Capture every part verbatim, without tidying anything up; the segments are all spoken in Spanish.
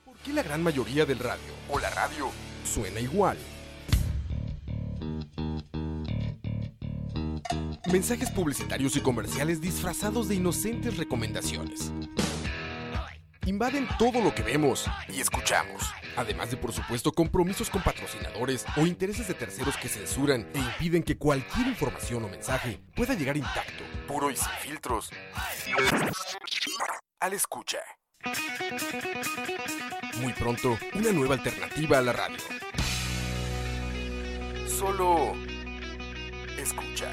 ¿Por qué la gran mayoría del radio o la radio suena igual? Mensajes publicitarios y comerciales disfrazados de inocentes recomendaciones. Invaden todo lo que vemos y escuchamos. Además de, por supuesto, compromisos con patrocinadores o intereses de terceros que censuran e impiden que cualquier información o mensaje pueda llegar intacto, puro y sin filtros, al escucha. Muy pronto, una nueva alternativa a la radio. Solo escucha.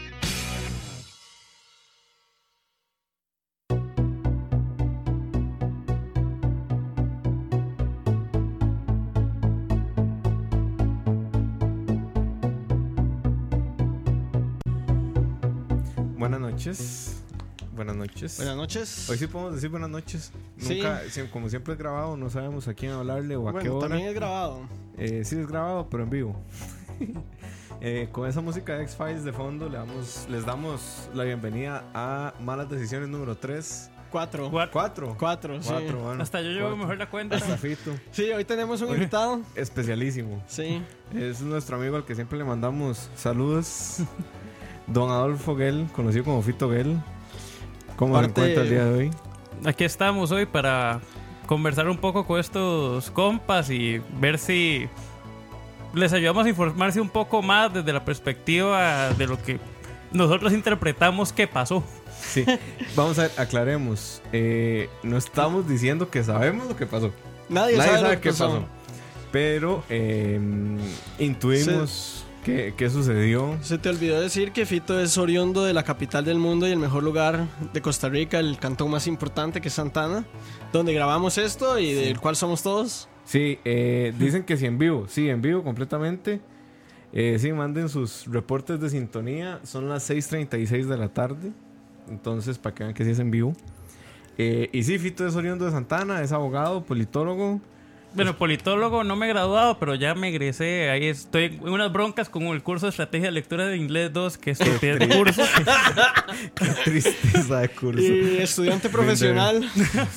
Buenas noches. Buenas noches. Buenas noches. Hoy sí podemos decir buenas noches. Nunca, Sí. Como siempre es grabado, no sabemos a quién hablarle o a Bueno, qué hora. también es grabado. Eh, sí es grabado, pero en vivo. eh, con esa música de X-Files de fondo, le damos, les damos la bienvenida a Malas Decisiones número tres. Cuatro. Cuatro. Cuatro. Cuatro, sí. Cuatro, bueno. Hasta yo llevo Cuatro. mejor la cuenta. Hasta Fito. Sí, hoy tenemos un Oye. invitado. Especialísimo. Sí. Es nuestro amigo al que siempre le mandamos saludos. Don Adolfo Guel, conocido como Fito Guel. ¿Cómo se Parte- encuentra el día de hoy? Aquí estamos hoy para conversar un poco con estos compas y ver si les ayudamos a informarse un poco más desde la perspectiva de lo que nosotros interpretamos que pasó. Sí, vamos a ver, aclaremos. Eh, no estamos diciendo que sabemos lo que pasó. Nadie, Nadie sabe, sabe lo qué que pasó. pasó. Pero eh, intuimos qué, qué sucedió. Se te olvidó decir que Fito es oriundo de la capital del mundo y el mejor lugar de Costa Rica, el cantón más importante que es Santana, donde grabamos esto y del cual somos todos. Sí, eh, dicen que sí en vivo. Sí, en vivo completamente. Eh, sí, manden sus reportes de sintonía. Son las seis treinta y seis de la tarde. Entonces, para que vean que sí es en vivo. Eh, y sí, Fito es oriundo de Santana, es abogado, politólogo. Bueno, politólogo no me he graduado, pero ya me egresé. Ahí estoy en unas broncas con el curso de Estrategia de Lectura de Inglés dos, que es el curso. Qué tristeza de curso. Y estudiante profesional.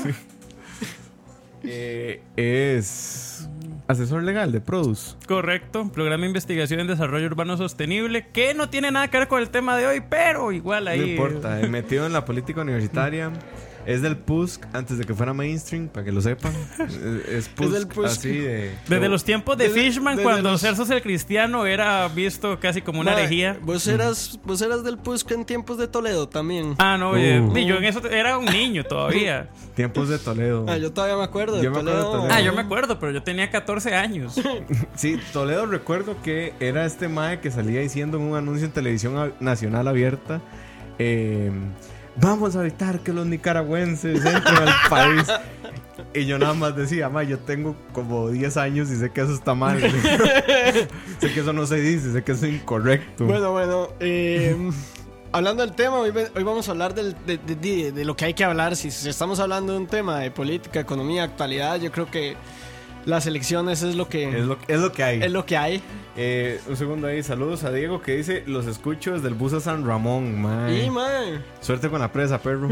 Eh, es asesor legal de Produce. Correcto, programa de investigación en desarrollo urbano sostenible, que no tiene nada que ver con el tema de hoy, pero igual ahí. No importa, eh, metido en la política universitaria. Es del P U S C antes de que fuera mainstream, para que lo sepan. Es, es P U S C, del P U S C. así de... Desde los tiempos de Desde- Fishman, desde cuando los- Celso el Cristiano era visto casi como una Mae, herejía. Vos eras, vos eras del P U S C en tiempos de Toledo también. Ah, no, oye, Uh. y yo en eso era un niño todavía. Tiempos de Toledo. Ah, yo todavía me acuerdo de Yo me acuerdo de Toledo. Toledo. Ah, yo me acuerdo, pero yo tenía catorce años. Sí, Toledo recuerdo que era este mae que salía diciendo en un anuncio en televisión a- nacional abierta, eh, vamos a evitar que los nicaragüenses entren al país. Y yo nada más decía, mae, yo tengo como diez años y sé que eso está mal. Sé que eso no se dice, sé que eso es incorrecto. Bueno, bueno, eh, hablando del tema, hoy, ve- hoy vamos a hablar del- de, de- de- de lo que hay que hablar. Si, si estamos hablando de un tema de política, economía, actualidad, yo creo que las elecciones es lo que, es, lo, es lo que hay. es lo que hay. Eh, un segundo ahí, saludos a Diego que dice, los escucho desde el bus a San Ramón, mae. Y, man, Suerte con la presa, perro.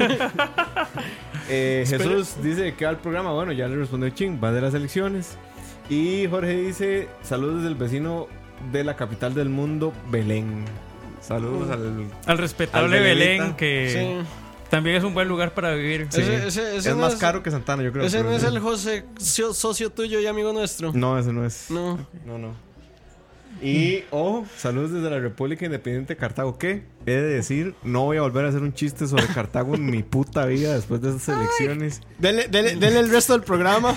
eh, Jesús dice que va al programa. Bueno, ya le respondió Ching, va de las elecciones. Y Jorge dice, saludos desde el vecino de la capital del mundo, Belén. Saludos al... Al respetable Al Belén, Belevita. que sí. también es un buen lugar para vivir. Sí. Ese- ese- ese es no más es- caro que Santana, yo creo. Ese pero no es sí. el José socio, socio tuyo y amigo nuestro. No, ese no es. No. No, no. Y, ojo, saludos desde la República Independiente de Cartago. ¿Qué? He de decir, no voy a volver a hacer un chiste sobre Cartago en mi puta vida después de esas elecciones. Dele, dele- dele el resto del programa.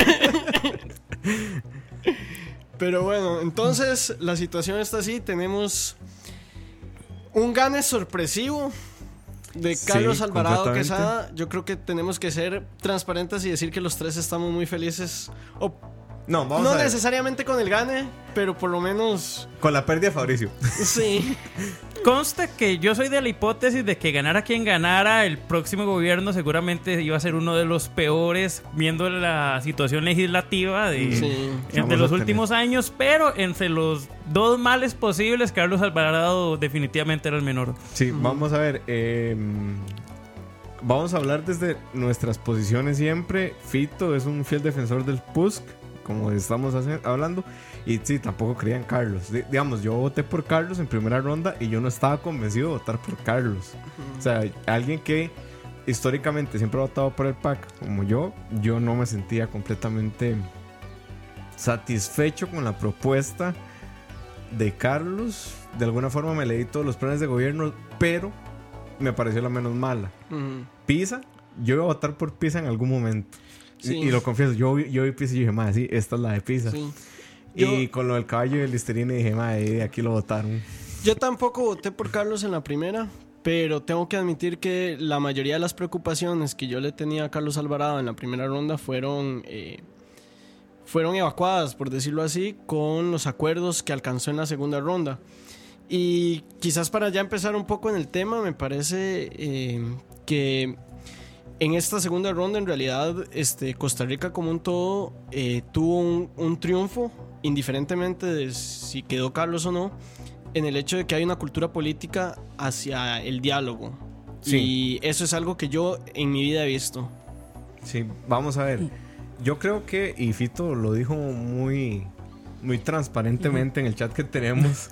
Pero bueno, entonces la situación está así. Tenemos un gane sorpresivo de Sí, Carlos Alvarado completamente. Quesada. Yo creo que tenemos que ser transparentes y decir que los tres estamos muy felices. O No, vamos no a ver. necesariamente con el gane, pero por lo menos Con la pérdida de Fabricio. sí. Consta que yo soy de la hipótesis de que ganara quien ganara, el próximo gobierno seguramente iba a ser uno de los peores, viendo la situación legislativa de Sí. entre Vamos los a últimos años, pero entre los dos males posibles, Carlos Alvarado definitivamente era el menor. Sí, vamos a ver. eh, vamos a hablar desde nuestras posiciones siempre. Fito es un fiel defensor del P U S C, como estamos hace- hablando. Y sí, tampoco creía en Carlos. D- digamos, yo voté por Carlos en primera ronda y yo no estaba convencido de votar por Carlos. O sea, alguien que históricamente siempre ha votado por el P A C, como yo, yo no me sentía completamente satisfecho con la propuesta de Carlos. De alguna forma me leí todos los planes de gobierno, pero me pareció la menos mala. Ujú. Pisa, yo iba a votar por Pisa en algún momento. Sí. Y, y lo confieso, yo, vi- yo vi Pisa y dije, madre, sí, esta es la de Pisa. Sí. Y Yo- con lo del caballo y el Listerine dije, madre, aquí lo votaron. Yo tampoco voté por Carlos en la primera, pero tengo que admitir que la mayoría de las preocupaciones que yo le tenía a Carlos Alvarado en la primera ronda fueron, eh, fueron evacuadas, por decirlo así, con los acuerdos que alcanzó en la segunda ronda. Y quizás para ya empezar un poco en el tema, me parece eh, que en esta segunda ronda en realidad este, Costa Rica como un todo eh, tuvo un, un triunfo, indiferentemente de si quedó Carlos o no, en el hecho de que hay una cultura política hacia el diálogo. Sí. Y eso es algo que yo en mi vida he visto. Sí, vamos a ver. Yo creo que, y Fito lo dijo muy, muy transparentemente en el chat que tenemos,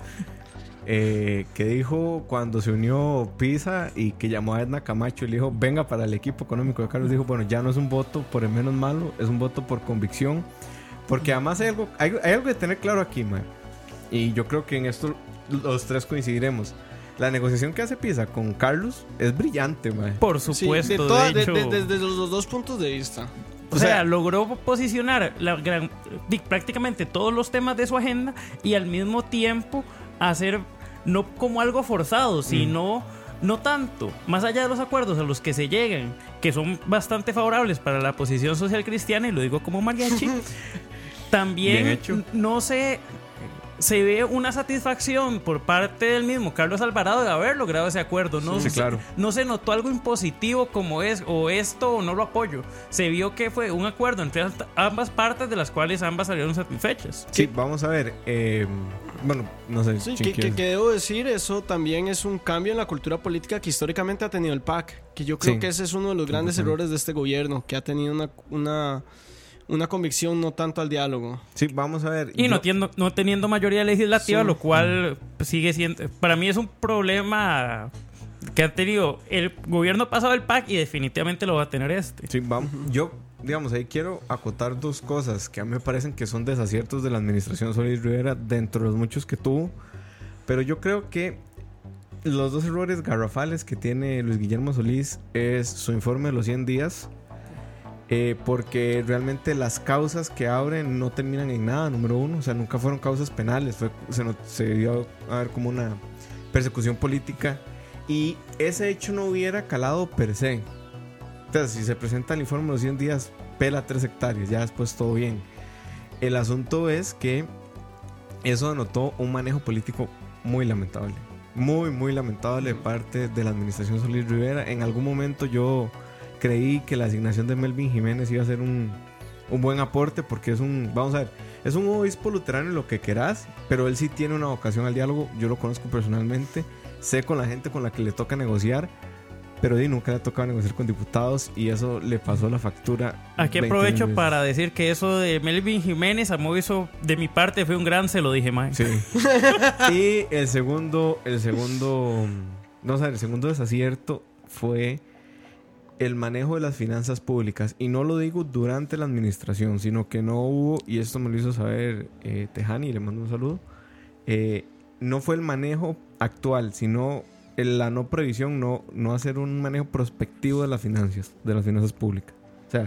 eh, que dijo cuando se unió Pisa y que llamó a Edna Camacho y le dijo, venga para el equipo económico de Carlos, dijo, bueno, ya no es un voto por el menos malo, es un voto por convicción. Porque además hay algo, hay, hay algo que tener claro aquí, man. Y yo creo que en esto los tres coincidiremos. La negociación que hace Pisa con Carlos es brillante, man. Por Sí, supuesto, de de, toda- de- hecho. de- desde los, los dos puntos de vista. O sea, logró posicionar la gran- di- prácticamente todos los temas de su agenda y al mismo tiempo hacer no como algo forzado, sino no tanto, más allá de los acuerdos a los que se llegan, que son bastante favorables para la posición social cristiana, y lo digo como mariachi, Bien también hecho. no se, se ve una satisfacción por parte del mismo Carlos Alvarado de haber logrado ese acuerdo. No, Sí, se, claro. no se notó algo impositivo como es o esto o no lo apoyo. Se vio que fue un acuerdo entre hasta- ambas partes de las cuales ambas salieron satisfechas. Sí, vamos a ver. eh, bueno, no sé. Sí, si que, quieres- que- que debo decir, eso también es un cambio en la cultura política que históricamente ha tenido el P A C, que yo creo Sí. que ese es uno de los grandes Ujú. errores de este gobierno, que ha tenido una, una, una convicción no tanto al diálogo. Sí, vamos a ver. Y no, Yo- tiendo- no teniendo mayoría legislativa, Sí. lo cual sigue siendo, para mí es un problema que ha tenido el gobierno pasado del P A C y definitivamente lo va a tener este. Sí, vamos. Yo, digamos, ahí quiero acotar dos cosas que a mí me parecen que son desaciertos de la administración Solís Rivera dentro de los muchos que tuvo. Pero yo creo que los dos errores garrafales que tiene Luis Guillermo Solís es su informe de los cien días. eh, porque realmente las causas que abren no terminan en nada, número uno. O sea, nunca fueron causas penales. Fue, se, no- se dio a ver como una persecución política. Y ese hecho no hubiera calado per se. Entonces, si se presenta el informe de los cien días, pela tres hectáreas, ya después todo bien. El asunto es que eso denotó un manejo político muy lamentable. Muy, muy lamentable de parte de la administración Solís Rivera. En algún momento yo creí que la asignación de Melvin Jiménez iba a ser un, un buen aporte porque es un, vamos a ver, es un obispo luterano en lo que querás, pero él sí tiene una vocación al diálogo. Yo lo conozco personalmente, sé con la gente con la que le toca negociar, pero di, nunca le ha tocado negociar con diputados y eso le pasó la factura. Aquí veinte aprovecho mil veces. para decir que eso de Melvin Jiménez, a modo eso de mi parte fue un gran, se lo dije, mae. Sí. Y el segundo, el segundo, no sé, el segundo desacierto fue el manejo de las finanzas públicas. Y no lo digo durante la administración, sino que no hubo, y esto me lo hizo saber eh, Tejani, le mando un saludo, eh, no fue el manejo actual, sino el- la no previsión, no, no hacer un manejo prospectivo de las finanzas, de las finanzas públicas. O sea,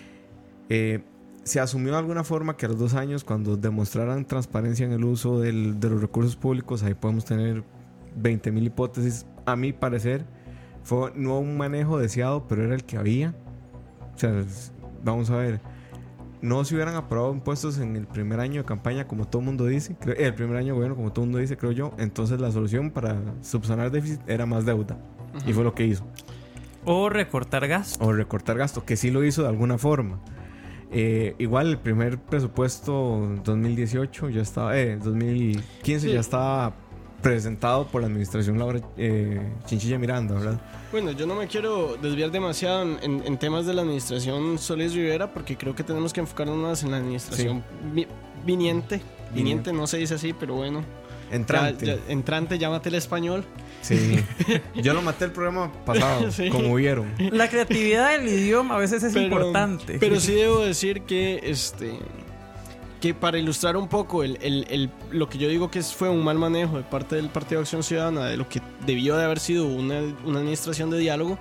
eh, se asumió de alguna forma que a los dos años, cuando demostraran transparencia en el uso del- de los recursos públicos, ahí podemos tener veinte mil hipótesis. A mi parecer, fue no un manejo deseado, pero era el que había. O sea, es- vamos a ver, no se hubieran aprobado impuestos en el primer año de campaña, como todo el mundo dice, creo- el primer año de gobierno, como todo el mundo dice, creo yo. Entonces la solución para subsanar déficit era más deuda. Y fue lo que hizo. O recortar gas. O recortar gasto, que sí lo hizo de alguna forma. Eh, igual el primer presupuesto dos mil dieciocho ya estaba, eh, dos mil quince Sí. ya estaba presentado por la administración Laura eh, Chinchilla Miranda, ¿verdad? Bueno, yo no me quiero desviar demasiado en, en, en temas de la administración Solís Rivera, porque creo que tenemos que enfocarnos más en la administración vi, viniente. Viniente no se dice así, pero bueno. Entrante. Ya, ya, entrante, llámate el español. Sí. Yo lo maté el programa pasado, sí. Como vieron. La creatividad del idioma a veces es pero, importante. Pero sí debo decir que este que para ilustrar un poco el, el, el, lo que yo digo que fue un mal manejo de parte del Partido de Acción Ciudadana, de lo que debió de haber sido una, una administración de diálogo,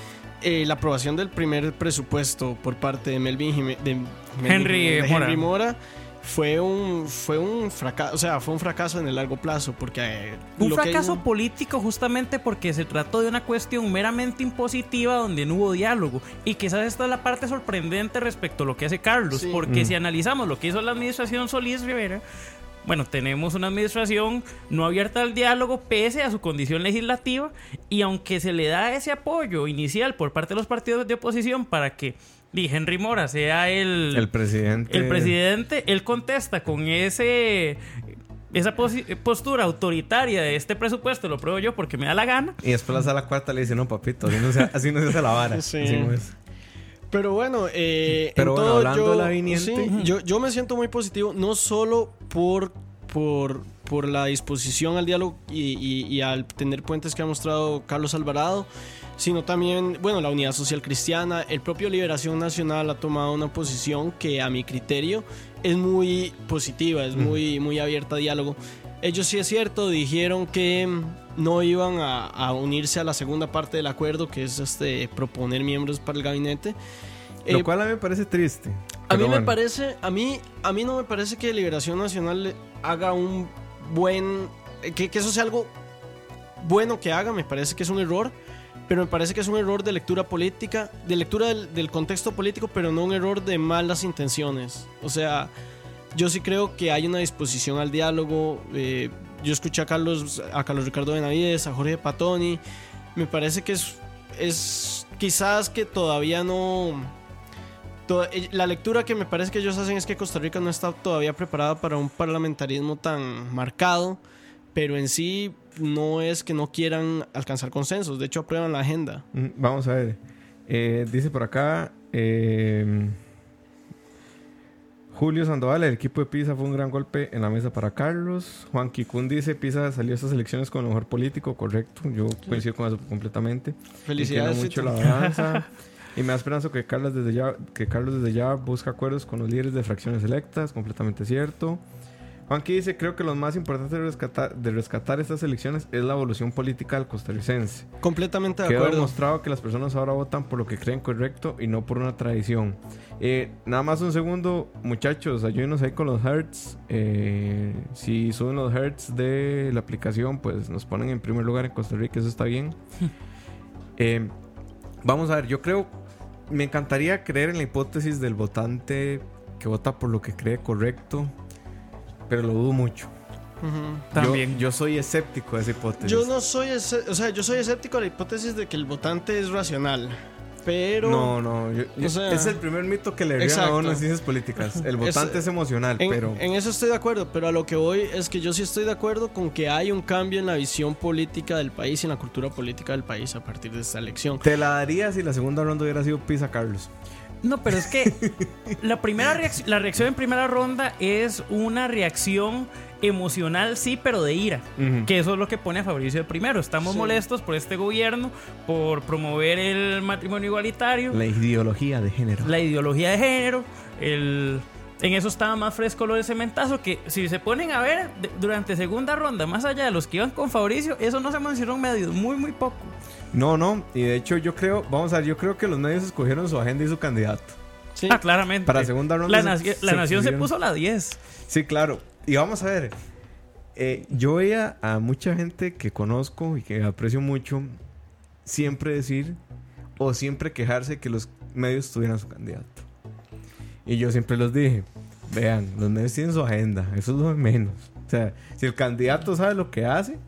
eh, la aprobación del primer presupuesto por parte de Melvin Jime, de, Henry, de Henry Mora. Mora fue un fue un fracaso, o sea, fue un fracaso en el largo plazo, porque eh, un lo fracaso que... político justamente porque se trató de una cuestión meramente impositiva donde no hubo diálogo, y quizás esta es la parte sorprendente respecto a lo que hace Carlos, sí. porque mm. si analizamos lo que hizo la administración Solís Rivera, bueno, tenemos una administración no abierta al diálogo pese a su condición legislativa, y aunque se le da ese apoyo inicial por parte de los partidos de oposición para que y Henry Mora sea el, el presidente. El presidente, él contesta con ese esa postura autoritaria de este presupuesto, lo pruebo yo porque me da la gana. Y después la sala cuarta le dice, no, papito, así no se, así no se hace la vara. Sí. Así no es. Pero bueno, eh, Pero en bueno, todo hablando yo, de la viniente, sí, yo, yo me siento muy positivo, no solo por, por, por la disposición al diálogo y, y, y al tener puentes que ha mostrado Carlos Alvarado, sino también, bueno, la Unidad Social Cristiana, el propio Liberación Nacional ha tomado una posición que a mi criterio es muy positiva, es muy, muy abierta a diálogo. Ellos, sí es cierto, dijeron que no iban a, a unirse a la segunda parte del acuerdo, que es este proponer miembros para el gabinete. Lo eh, cual a mí me parece triste. A mí bueno. me parece, a mí, a mí no me parece que Liberación Nacional haga un buen, que, que eso sea algo bueno que haga, me parece que es un error. Pero me parece que es un error de lectura política, de lectura del, del contexto político, pero no un error de malas intenciones. O sea, yo sí creo que hay una disposición al diálogo. Eh, yo escuché a Carlos, a Carlos Ricardo Benavides, a Jorge Patoni. Me parece que es, es quizás que todavía no... To, la lectura que me parece que ellos hacen es que Costa Rica no está todavía preparada para un parlamentarismo tan marcado, pero en sí... no es que no quieran alcanzar consensos, de hecho aprueban la agenda. Vamos a ver, eh, dice por acá eh, Julio Sandoval, el equipo de Pisa fue un gran golpe en la mesa para Carlos. Juan Kikun dice, Pisa salió a estas elecciones con lo mejor político, correcto, yo sí. coincido con eso completamente. Felicidades. Mucho la balanza. Y me da esperanza que Carlos, desde ya, que Carlos desde ya busca acuerdos con los líderes de fracciones electas, completamente cierto. Juanqui dice, creo que lo más importante de rescatar, de rescatar estas elecciones es la evolución política del costarricense. Completamente de Quedó acuerdo. demostrado que las personas ahora votan por lo que creen correcto y no por una tradición. Eh, nada más un segundo, muchachos, ayúdenos ahí con los hertz. Eh, si suben los hertz de la aplicación, pues nos ponen en primer lugar en Costa Rica, eso está bien. eh, vamos a ver, yo creo, me encantaría creer en la hipótesis del votante que vota por lo que cree correcto, pero lo dudo mucho. Uh-huh. También. Yo, yo soy escéptico de esa hipótesis. Yo no soy, o sea, yo soy escéptico de la hipótesis de que el votante es racional. Pero... No, no. Yo, yo, o sea, es el primer mito que le rían a uno en ciencias políticas. El votante es, es emocional, en, pero... En eso estoy de acuerdo, pero a lo que voy es que yo sí estoy de acuerdo con que hay un cambio en la visión política del país y en la cultura política del país a partir de esta elección. Te la daría si la segunda ronda hubiera sido Pisa Carlos. No, pero es que la primera reacción, la reacción en primera ronda es una reacción emocional, sí, pero de ira. Uh-huh. Que eso es lo que pone a Fabricio de primero. Estamos sí. molestos por este gobierno, por promover el matrimonio igualitario. La ideología de género. La ideología de género. El... En eso estaba más fresco lo del cementazo, que si se ponen a ver de, durante segunda ronda, más allá de los que iban con Fabricio, eso no se mencionó en medios, muy, muy poco. No, no, y de hecho yo creo, vamos a ver, yo creo que los medios escogieron su agenda y su candidato. Sí. Ah, claramente. Para segunda ronda. La, naci- se, la se nación pusieron. se puso a la diez. Sí, claro. Y vamos a ver, eh, yo veía a mucha gente que conozco y que aprecio mucho siempre decir o siempre quejarse que los medios tuvieran su candidato. Y yo siempre los dije, vean, los medios tienen su agenda, eso es lo de menos. O sea, si el candidato sabe lo que hace,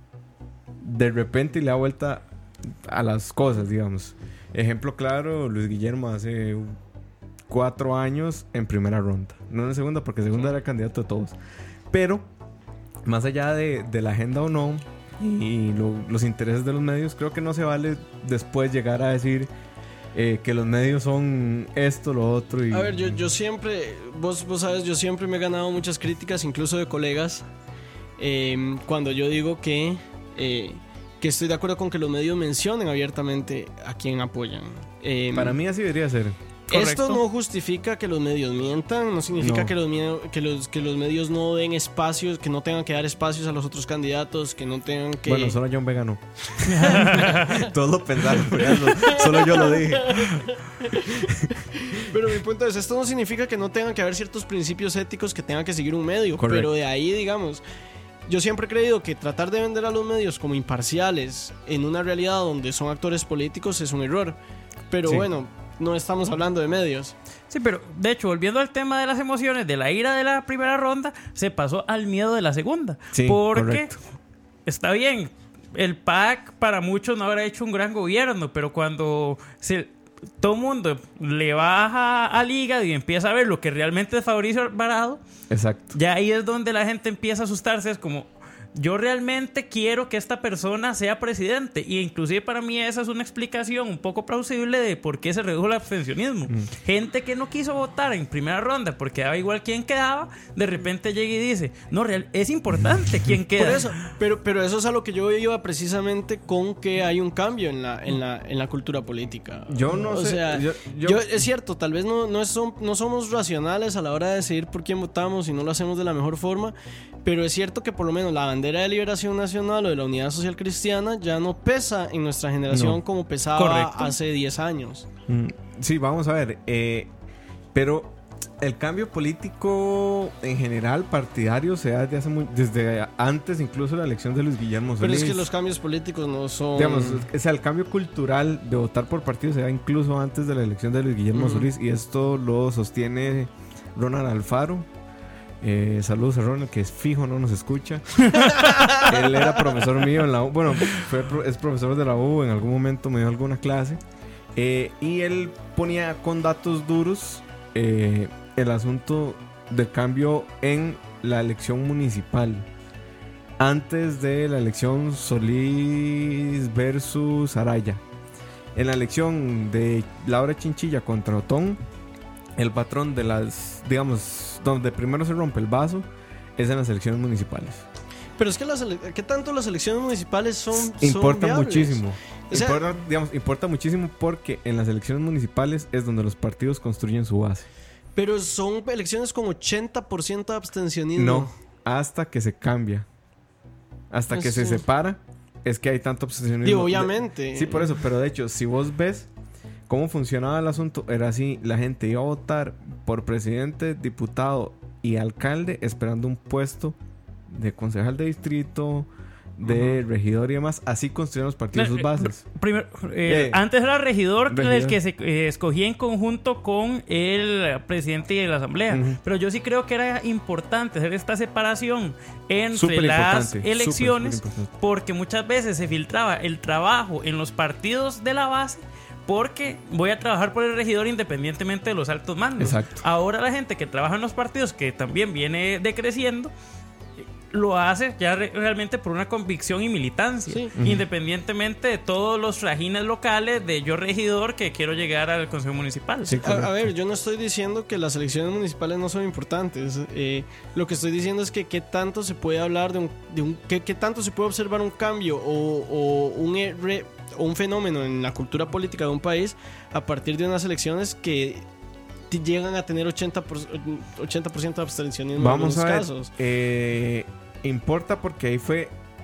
de repente le da vuelta a las cosas, digamos. Ejemplo claro, Luis Guillermo hace cuatro años en primera ronda. No en segunda, porque segunda era el candidato de todos. Pero, más allá de, de la agenda o no, y lo, los intereses de los medios, creo que no se vale después llegar a decir eh, que los medios son esto, lo otro. Y, a ver, yo, yo siempre, vos, vos sabes, yo siempre me he ganado muchas críticas, incluso de colegas, eh, cuando yo digo que, eh, que estoy de acuerdo con que los medios mencionen abiertamente a quien apoyan. Eh, Para mí así debería ser. Esto Correcto. no justifica que los medios mientan, no significa No. Que, los, mie- que, los, que los medios no den espacios, que no tengan que dar espacios a los otros candidatos, que no tengan que... Bueno, solo John Vega no. Todos lo pensaron, pero ya no- solo yo lo dije. Pero mi punto es, esto no significa que no tengan que haber ciertos principios éticos que tengan que seguir un medio. Correcto. Pero de ahí, digamos, yo siempre he creído que tratar de vender a los medios como imparciales en una realidad donde son actores políticos es un error. Pero Sí. bueno, no estamos hablando de medios. Sí, pero de hecho, volviendo al tema de las emociones, de la ira de la primera ronda, se pasó al miedo de la segunda. Sí, porque correcto. está bien, el P A C para muchos no habrá hecho un gran gobierno, pero cuando se, todo el mundo le baja al hígado y empieza a ver lo que realmente es Fabricio Alvarado, Exacto. ya ahí es donde la gente empieza a asustarse. Es como, yo realmente quiero que esta persona sea presidente. Y inclusive para mí esa es una explicación un poco plausible de por qué se redujo el abstencionismo. Mm. Gente que no quiso votar en primera ronda porque daba igual quién quedaba, de repente llega y dice, no, real, es importante quién queda. Por eso, pero, pero eso es a lo que yo iba precisamente con que hay un cambio en la, en la, en la cultura política. Yo no o sé, Sea, yo- yo, yo- es cierto, tal vez no, no, es- son- no somos racionales a la hora de decidir por quién votamos y no lo hacemos de la mejor forma, pero es cierto que por lo menos la bandera de Liberación Nacional o de la Unidad Social Cristiana ya no pesa en nuestra generación No. como pesaba Correcto. hace diez años. Mm, Sí, vamos a ver. eh, pero el cambio político en general, partidario, se da desde, hace muy- desde antes incluso de la elección de Luis Guillermo Pero Solís. es que los cambios políticos no son... Digamos, o sea, el cambio cultural de votar por partido se da incluso antes de la elección de Luis Guillermo Ujú. Solís. Y esto lo sostiene Ronald Alfaro. Eh, saludos a Ronald, que es fijo, no nos escucha. Él era profesor mío en la U. Bueno, fue, pro- es profesor de la U. En algún momento me dio alguna clase. Eh, y él ponía con datos duros eh, el asunto del cambio en la elección municipal. Antes de la elección Solís versus Araya. En la elección de Laura Chinchilla contra Otón, el patrón de las, digamos, donde primero se rompe el vaso es en las elecciones municipales. Pero es que las ele- ¿qué tanto las elecciones municipales son son Importa viables? muchísimo. O sea- importa, digamos, importa muchísimo porque en las elecciones municipales es donde los partidos construyen su base. Pero son elecciones con ochenta por ciento de abstencionismo. No, hasta que se cambia. Hasta Pues que se sí. separa, es que hay tanto abstencionismo. Digo, De- obviamente. Sí, por eso, pero de hecho, si vos ves cómo funcionaba el asunto, era así: la gente iba a votar por presidente, diputado y alcalde, esperando un puesto de concejal de distrito, de regidor y demás. Así construyeron los partidos sus bases. Primero, eh, Eh, antes era regidor, regidor. el que se eh, escogía en conjunto con el presidente de la asamblea. Ujú. Pero yo sí creo que era importante hacer esta separación entre Súper las importante, elecciones, súper, súper importante. porque muchas veces se filtraba el trabajo en los partidos de la base. Porque voy a trabajar por el regidor independientemente de los altos mandos. Exacto. Ahora la gente que trabaja en los partidos, que también viene decreciendo, lo hace ya re- realmente por una convicción y militancia, Sí. independientemente de todos los trajines locales de yo regidor que quiero llegar al consejo municipal. Sí, A, correcto. a ver, yo no estoy diciendo que las elecciones municipales no son importantes. Eh, lo que estoy diciendo es que qué tanto se puede hablar de un, de un qué, qué tanto se puede observar un cambio o, o un erre- o un fenómeno en la cultura política de un país a partir de unas elecciones que t- llegan a tener ochenta por ciento, ochenta por ciento de abstencionismo Vamos en a ver. algunos casos. eh, importa porque ahí fue.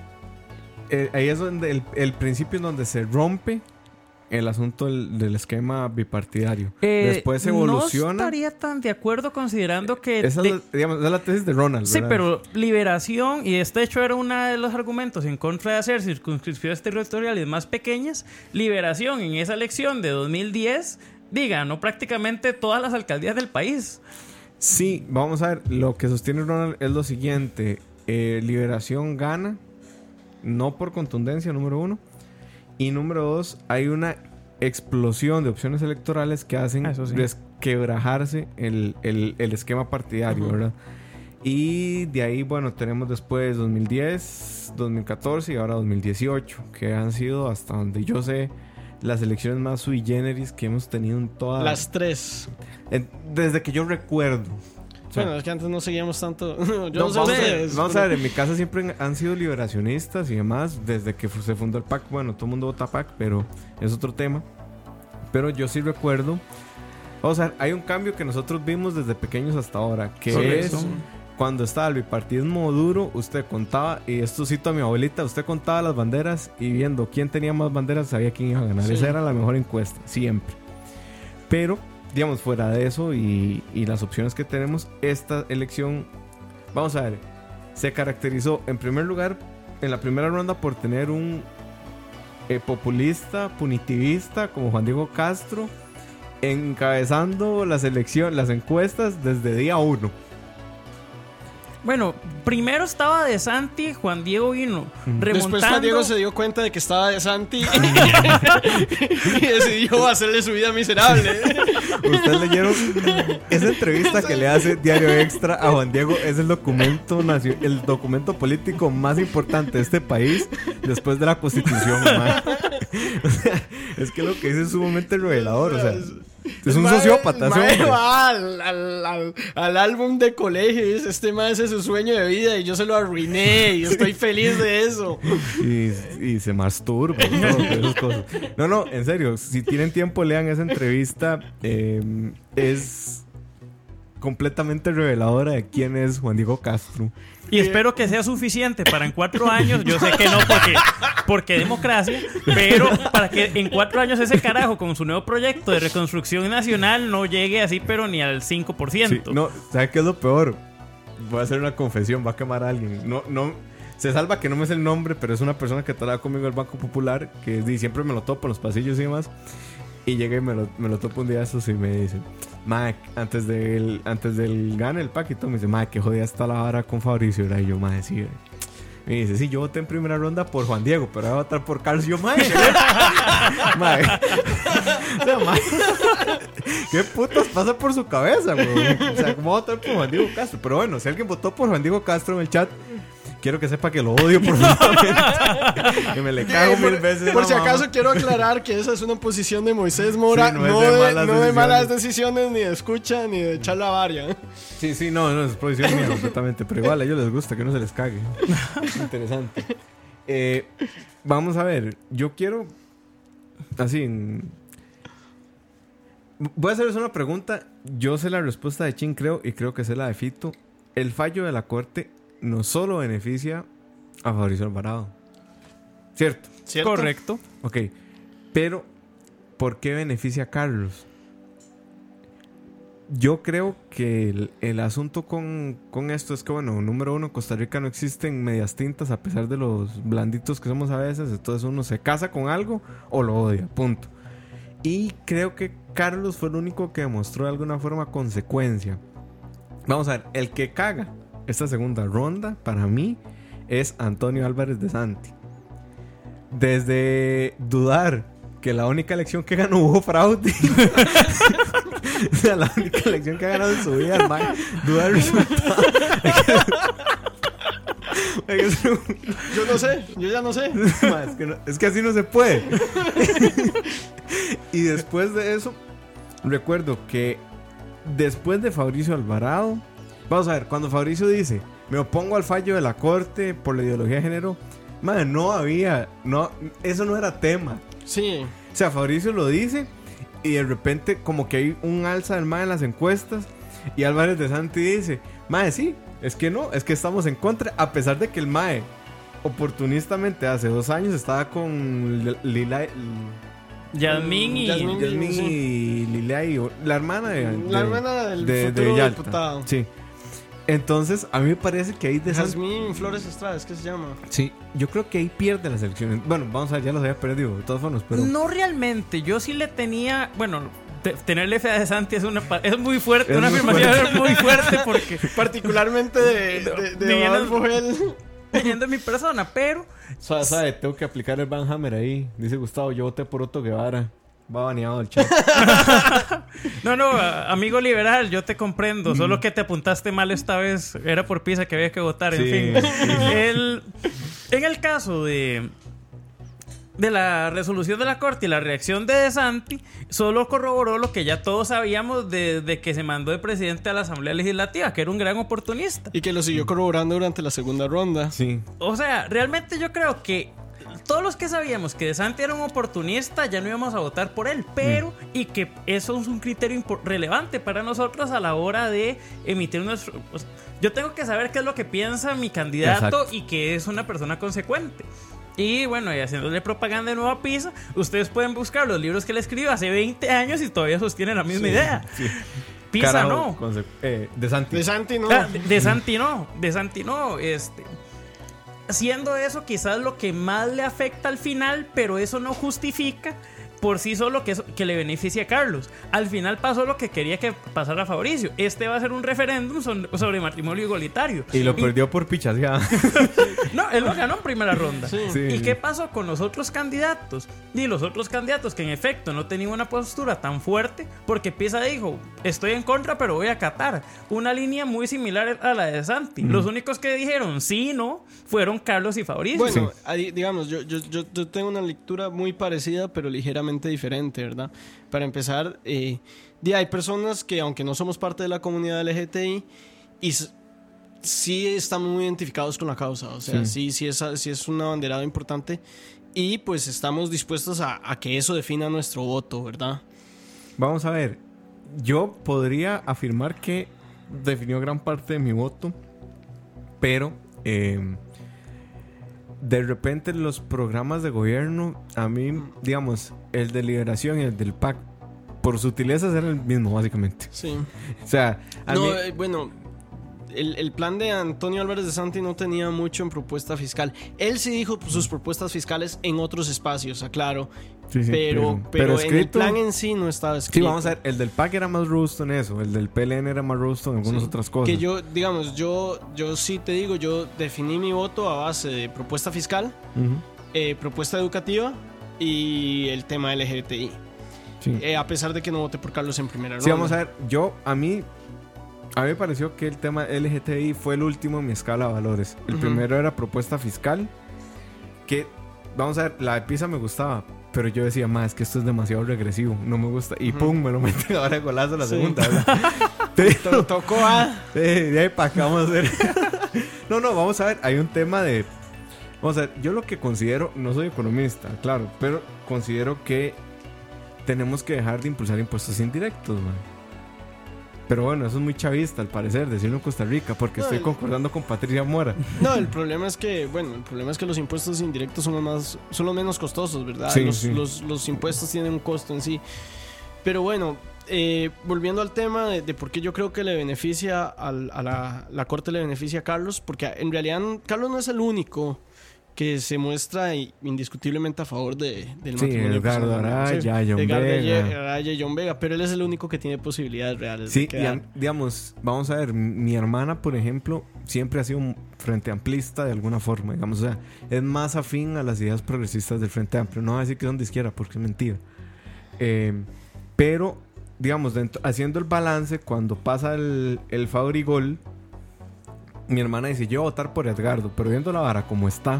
eh, ahí es donde el, el principio es donde se rompe el asunto del, del esquema bipartidario. Eh, Después No evoluciona. estaría tan de acuerdo considerando que... Esa de- es, la, digamos, esa es la tesis de Ronald. Sí, ¿verdad? pero liberación, y este hecho era uno de los argumentos en contra de hacer circunscripciones territoriales más pequeñas, liberación en esa elección de dos mil diez, diga, no prácticamente todas las alcaldías del país. Sí, vamos a ver. Lo que sostiene Ronald es lo siguiente: eh, Liberación gana, no por contundencia, número uno. Y número dos, hay una explosión de opciones electorales que hacen Eso sí. desquebrajarse el, el, el esquema partidario, Ujú. ¿verdad? Y de ahí, bueno, tenemos después dos mil diez, dos mil catorce y ahora dos mil dieciocho, que han sido, hasta donde yo sé, las elecciones más sui generis que hemos tenido en todas Las tres. en- desde que yo recuerdo. O sea, Bueno, es que antes no seguíamos tanto. Yo no, no, sé vamos, ustedes. a, vamos a ver, en mi casa siempre han sido liberacionistas y demás, desde que fu- se fundó el P A C. Bueno, todo el mundo vota P A C, pero es otro tema. Pero yo sí recuerdo, o sea, hay un cambio que nosotros vimos desde pequeños hasta ahora, que Correcto. es cuando estaba el bipartidismo duro, usted contaba, y esto cito a mi abuelita, usted contaba las banderas y viendo quién tenía más banderas sabía quién iba a ganar. Sí. Esa era la mejor encuesta, siempre. Pero, digamos, fuera de eso y, y las opciones que tenemos, esta elección, vamos a ver, se caracterizó en primer lugar, en la primera ronda, por tener un eh, populista, punitivista como Juan Diego Castro, encabezando las elecciones, las encuestas desde día uno. Bueno, primero estaba De Santi, Juan Diego vino remontando. Después Juan Diego se dio cuenta de que estaba de Santi y decidió hacerle su vida miserable. Ustedes leyeron esa entrevista que le hace Diario Extra a Juan Diego. Es el documento nacio- el documento político más importante de este país después de la Constitución, man. O sea, es que lo que dice es sumamente revelador. O sea, es un Mae- sociópata ese mae hombre. va al, al, al, al álbum de colegio y dice, este mae ese es su sueño de vida y yo se lo arruiné y estoy feliz de eso. Y, y se masturba y todo, esas cosas. No, no, en serio, si tienen tiempo lean esa entrevista. eh, es completamente reveladora de quién es Juan Diego Castro. Y espero que sea suficiente para en cuatro años. Yo sé que no, porque, porque democracia. Pero para que en cuatro años ese carajo con su nuevo proyecto de reconstrucción nacional no llegue así, pero ni al cinco por Sí, ciento. no, ¿sabe qué es lo peor? Voy a hacer una confesión, va a quemar a alguien. No, no, se salva que no me sé el nombre, pero es una persona que trabaja conmigo en el Banco Popular, que di, siempre me lo topo en los pasillos y demás. Y llega y me lo, me lo topo un día de estos y me dice, Mac, antes del, antes del gane el paquito, me dice, Mac, que jodida está la vara con Fabricio. ¿Verdad? Y yo, Mac, sí, güey. Me dice, sí, yo voté en primera ronda por Juan Diego, pero voy a votar por Carlos. Y yo, Mac, Mac. O sea, Mac, ¿qué putas pasa por su cabeza, güey? O sea, ¿cómo va a votar por Juan Diego Castro? Pero bueno, si alguien votó por Juan Diego Castro en el chat, quiero que sepa que lo odio profundamente. Que me le cago mil veces. Por no, si mamá. acaso quiero aclarar que esa es una posición de Moisés Mora, Sí, no, no es de de, malas no de decisiones. malas decisiones, ni de escucha, ni de echar la varia. Sí, sí, no, no, es posición mía completamente. Pero igual a ellos les gusta que no se les cague. Interesante. Eh, vamos a ver, yo quiero. Así. en- Voy a hacerles una pregunta. Yo sé la respuesta de Chin, creo, y creo que sé la de Fito. El fallo de la corte no solo beneficia a Fabricio Alvarado. ¿Cierto? ¿Cierto? Correcto. Ok. Pero, ¿por qué beneficia a Carlos? Yo creo que el, el asunto con, con esto es que, bueno, número uno, en Costa Rica no existen medias tintas a pesar de los blanditos que somos a veces. Entonces uno se casa con algo o lo odia, punto. Y creo que Carlos fue el único que demostró de alguna forma consecuencia. Vamos a ver, el que caga esta segunda ronda, para mí, es Antonio Álvarez de Santi. Desde dudar que la única elección que ganó hubo fraude. O sea, la única elección que ha ganado en su vida, el mae, dudar el resultado. Yo no sé, yo ya no sé. Mae, es, que no- es que así no se puede. Y después de eso, recuerdo que después de Fabricio Alvarado, vamos a ver, cuando Fabricio dice, me opongo al fallo de la corte por la ideología de género, madre, no había, no, eso no era tema. Sí. O sea, Fabricio lo dice y de repente como que hay un alza del mae en las encuestas y Álvarez de Santi dice, mae, sí, es que no, es que estamos en contra, a pesar de que el mae oportunistamente hace dos años estaba con Lila, Yasmín y... Yasmín. Yasmín Sí. y Lilay, o- la hermana de, La de- hermana del de- de futuro Villalta. diputado. Sí. Entonces, a mí me parece que ahí de Santi, Jazmín Flores Estrada, ¿es que se llama? sí, yo creo que ahí pierde las elecciones. Bueno, vamos a ver, ya los había perdido de todas formas, pero No realmente, yo sí le tenía, bueno, te- tenerle fe a De Santi es una pa- es muy fuerte, Es una muy afirmación fuerte. muy fuerte porque Particularmente de, de, de Viviendo- Adolfo Gel. teniendo en mi persona, pero Sabe, sabe, tengo que aplicar el Van Hammer ahí. Dice Gustavo, yo voté por Otto Guevara. Va baneado el chat. No, no, a- amigo liberal, yo te comprendo. Solo que te apuntaste mal esta vez. Era por Pisa que había que votar, en Sí, fin. sí. El, en el caso de, de la resolución de la Corte y la reacción de DeSantis, solo corroboró lo que ya todos sabíamos desde que se mandó de presidente a la Asamblea Legislativa, que era un gran oportunista. Y que lo siguió corroborando durante la segunda ronda. Sí. O sea, realmente yo creo que todos los que sabíamos que DeSantis era un oportunista ya no íbamos a votar por él, pero y que eso es un criterio impo- relevante para nosotros a la hora de emitir nuestro... pues, yo tengo que saber qué es lo que piensa mi candidato Exacto. y que es una persona consecuente. Y bueno, y haciéndole propaganda de nuevo a Pisa, ustedes pueden buscar los libros que él escribió hace veinte años y todavía sostienen la misma idea. Pisa Carajo, no. conse- eh, de Santi. De Santi no. Ah, de, de Santi no, de Santi no, este. Siendo eso quizás lo que más le afecta al final, pero eso no justifica por sí solo que, eso- que le beneficie a Carlos. Al final pasó lo que quería que pasara a Fabricio. Este va a ser un referéndum son- sobre matrimonio igualitario. Y lo perdió por pichaseada. No, él lo ganó en primera ronda. Sí. Sí. ¿Y qué pasó con los otros candidatos? Y los otros candidatos que en efecto no tenían una postura tan fuerte, porque Pisa dijo, estoy en contra pero voy a acatar. Una línea muy similar a la de Santi. Los únicos que dijeron sí, no, fueron Carlos y Fabricio. Bueno, ahí, digamos, yo, yo, yo, yo tengo una lectura muy parecida, pero ligeramente diferente, ¿verdad? Para empezar, eh, di, hay personas que, aunque no somos parte de la comunidad L G T I, y s- sí estamos muy identificados con la causa. O sea, sí, sí, es, sí es un abanderado importante. Y pues estamos dispuestos a, a que eso defina nuestro voto, ¿verdad? Vamos a ver. Yo podría afirmar que definió gran parte de mi voto, pero eh, de repente los programas de gobierno, a mí, digamos, el de Liberación y el del P A C, por sutilezas eran el mismo, básicamente. Sí. O sea, a No, mí... eh, bueno, el, el plan de Antonio Álvarez de Santi no tenía mucho en propuesta fiscal. Él sí dijo sus propuestas fiscales en otros espacios, aclaro. Sí, sí, pero, pero, en el escrito- plan en sí no estaba Sí, escrito. vamos a ver, el del P A C era más robusto en eso, el del P L N era más robusto en algunas Sí. otras cosas. Que yo, digamos, yo, yo sí te digo, yo definí mi voto a base de propuesta fiscal, Ujú, eh, propuesta educativa y el tema L G B T I. sí. Eh, a pesar de que no voté por Carlos en primera ronda. Sí, vamos a ver, yo, a mí, a mí me pareció que el tema L G T B I fue el último en mi escala de valores. El Ujú. primero era propuesta fiscal, que, vamos a ver, la de Pisa me gustaba, pero yo decía, más es que esto es demasiado regresivo, no me gusta. Y Ujú. pum, me lo metí ahora de golazo la Sí. segunda, ¿verdad? Pero, To- Tocó a... eh, de ahí para acá vamos a ver. No, no, vamos a ver, hay un tema de... Vamos a ver, yo lo que considero, no soy economista, claro, pero considero que tenemos que dejar de impulsar impuestos indirectos, man. Pero bueno, eso es muy chavista al parecer, decirlo en Costa Rica, porque No, estoy el- concordando con Patricia Mora. No, el problema es que, bueno, el problema es que los impuestos indirectos son los más, son los menos costosos, ¿verdad? Sí, los, sí. Los, los impuestos tienen un costo en sí. Pero bueno, eh, volviendo al tema de, de por qué yo creo que le beneficia al- a la, la corte le beneficia a Carlos, porque en realidad Carlos no es el único que se muestra i- indiscutiblemente a favor de, del Sí, matrimonio Edgardo personal. Araya, John Edgardo Vega. Araya y John Vega, pero él es el único que tiene posibilidades reales de Sí, y quedar. a- digamos, vamos a ver, mi hermana, por ejemplo, siempre ha sido un frente amplista de alguna forma, digamos, o sea, es más afín a las ideas progresistas del Frente Amplio. No voy a decir que son de izquierda, porque es mentira. Eh, pero, digamos, dentro- haciendo el balance, cuando pasa el, el Fabrigol, mi hermana dice, yo voy a votar por Edgardo, pero viendo la vara como está,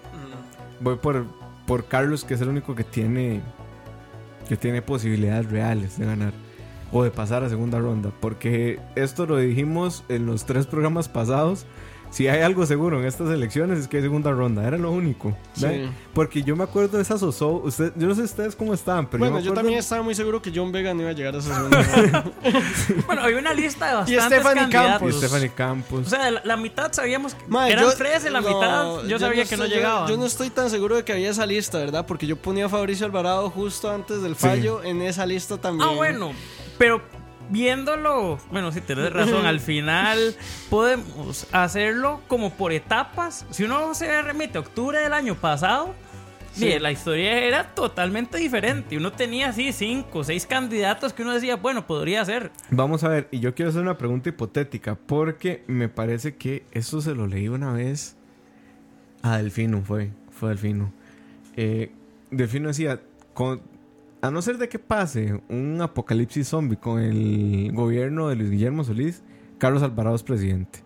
voy por, por Carlos, que es el único que tiene que tiene posibilidades reales de ganar o de pasar a segunda ronda, porque esto lo dijimos en los tres programas pasados. Si hay algo seguro en estas elecciones es que hay segunda ronda, era lo único, ¿ve? Sí. Porque yo me acuerdo de esa Soso, usted, yo no sé ustedes cómo estaban, pero Bueno, yo, me yo acuerdo- también estaba muy seguro que John Vega no iba a llegar a esa segunda ronda. Bueno, había una lista de Y bastantes Stephanie candidatos. Campos. y Stephanie Campos. O sea, la, la mitad sabíamos que Mae, eran yo- trece, la no, mitad yo sabía que no estoy- llegaban. Yo, yo no estoy tan seguro de que había esa lista, ¿verdad? Porque yo ponía a Fabricio Alvarado justo antes del fallo en esa lista también. Ah, bueno, pero viéndolo, bueno, si tienes razón, al final podemos hacerlo como por etapas. Si uno se remite a octubre del año pasado, Sí. sí, la historia era totalmente diferente. Uno tenía así cinco o seis candidatos que uno decía, bueno, podría ser. Vamos a ver, y yo quiero hacer una pregunta hipotética, porque me parece que eso se lo leí una vez a Delfino, fue, fue Delfino. Eh, Delfino decía, con, a no ser de que pase un apocalipsis zombie con el gobierno de Luis Guillermo Solís, Carlos Alvarado es presidente.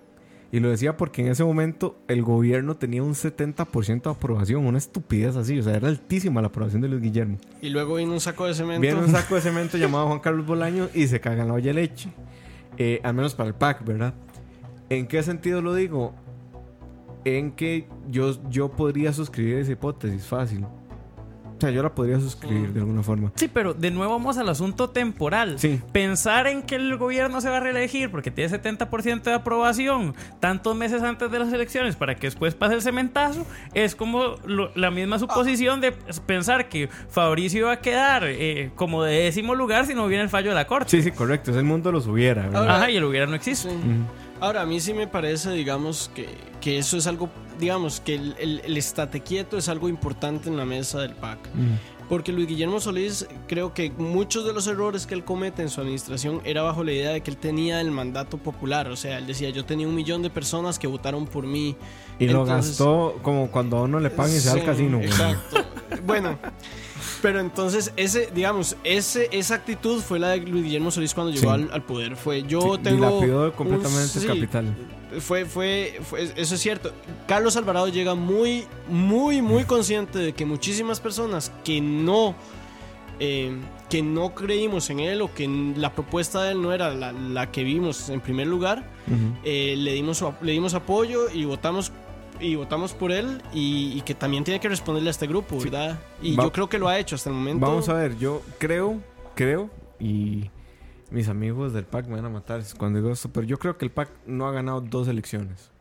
Y lo decía porque en ese momento el gobierno tenía un setenta por ciento de aprobación, una estupidez así, o sea, era altísima la aprobación de Luis Guillermo. Y luego vino un saco de cemento. Viene un saco de cemento llamado Juan Carlos Bolaños y se caga en la olla de leche. Eh, al menos para el P A C, ¿verdad? ¿En qué sentido lo digo? En que yo, yo podría suscribir esa hipótesis fácil. O sea, yo la podría suscribir de alguna forma. Sí, pero de nuevo vamos al asunto temporal. Sí. Pensar en que el gobierno se va a reelegir porque tiene setenta por ciento de aprobación tantos meses antes de las elecciones para que después pase el cementazo es como lo, la misma suposición de pensar que Fabricio iba a quedar eh, como de décimo lugar si no hubiera el fallo de la corte. Sí, sí, correcto. Es el mundo los hubiera, ¿verdad? Ahora, Ajá, y el hubiera no existe. Sí. Ujú. Ahora, a mí sí me parece, digamos, que, que eso es algo, digamos, que el, el, el estate quieto es algo importante en la mesa del P A C. Mm. Porque Luis Guillermo Solís, creo que muchos de los errores que él comete en su administración era bajo la idea de que él tenía el mandato popular. O sea, él decía, yo tenía un millón de personas que votaron por mí. Y lo Entonces, gastó como cuando a uno le pagan y se va sí, al casino, güey. Exacto. Bueno, pero entonces, ese, digamos, ese, esa actitud fue la de Luis Guillermo Solís cuando llegó Sí. al, al poder. Fue, yo Sí, tengo... dilapidó completamente un- el capital. Fue, fue, fue, eso es cierto. Carlos Alvarado llega muy, muy, muy consciente de que muchísimas personas que no, eh, que no creímos en él o que la propuesta de él no era la, la que vimos en primer lugar, Ujú. eh, le dimos, su- le dimos apoyo y votamos y votamos por él y, y que también tiene que responderle a este grupo, ¿verdad? Y Va- yo creo que lo ha hecho hasta el momento. Vamos a ver, yo creo, creo, y mis amigos del P A C me van a matar cuando digo esto, pero yo creo que el P A C no ha ganado dos elecciones.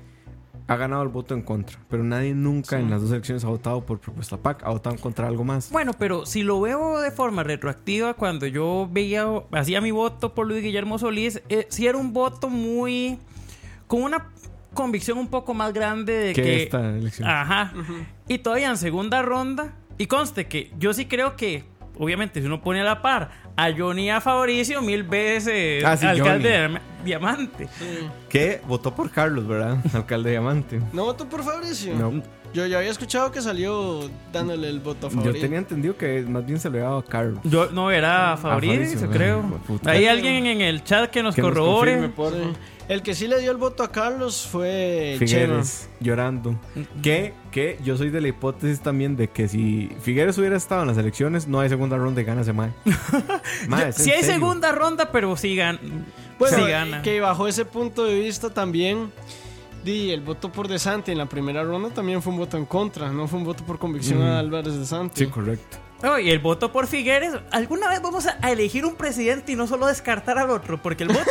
Ha ganado el voto en contra, pero nadie nunca Sí. en las dos elecciones ha votado por propuesta P A C, ha votado contra algo más. Bueno, pero si lo veo de forma retroactiva, cuando yo veía, hacía mi voto por Luis Guillermo Solís, eh, sí era un voto muy, con una convicción un poco más grande de que que... esta elección. Ajá. Y todavía en segunda ronda, y conste que yo sí creo que, obviamente, si uno pone a la par a Johnny y a Fabricio, mil veces Ah, sí, alcalde Johnny. de Diamante. Sí. Que votó por Carlos, ¿verdad? Alcalde Diamante. ¿No votó por Fabricio? No, Yo ya había escuchado que salió dándole el voto a yo Fabricio. tenía entendido que más bien se lo había dado a Carlos. Yo, no, era Fabricio, Fabricio, creo. bueno, puta. Hay alguien en el chat que nos Que nos corrobore. confirme, por Sí. favor. El que sí le dio el voto a Carlos fue Figueres llorando. Que, que yo soy de la hipótesis también de que si Figueres hubiera estado en las elecciones, no hay segunda ronda y gana ese mae. Mae, Yo- es en sí hay serio. segunda ronda, pero sí, gan Bueno, sí gana. que bajo ese punto de vista también di el voto por De Santi en la primera ronda también fue un voto en contra, no fue un voto por convicción Mm. a Álvarez de Santi. Sí, correcto. Oh, y el voto por Figueres, ¿alguna vez vamos a a elegir un presidente y no solo descartar al otro? Porque el voto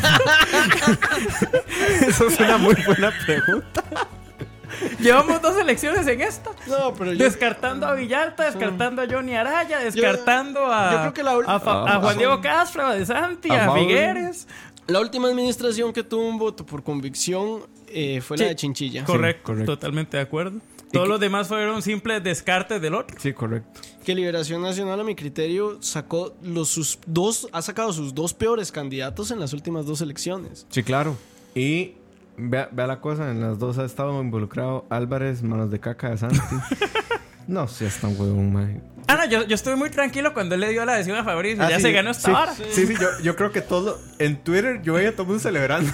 Eso es una muy buena pregunta. llevamos dos elecciones en esta. No, pero yo, Descartando a Villalta, descartando a Johnny Araya, descartando a, yo creo que la ul- a, Fa- a Juan Diego Castro, a De Santi, A a, Mauro. Figueres. la última administración que tuvo un voto por convicción eh, fue Sí. la de Chinchilla. Correcto, correcto. totalmente de acuerdo. Todos que- los demás fueron simples descartes del otro. Sí, correcto. Que Liberación Nacional, a mi criterio, sacó los sus dos, ha sacado sus dos peores candidatos en las últimas dos elecciones. Sí, claro. Y vea, vea la cosa, en las dos ha estado involucrado Álvarez, manos de caca de Santi. No seas tan huevón, mae. Ah, no, yo, yo estuve muy tranquilo cuando él le dio la adhesión a Fabricio. Ah, ya sí, se ganó esta sí, vara. Sí, sí, yo, yo creo que todo. En Twitter yo veía a todo el mundo celebrando.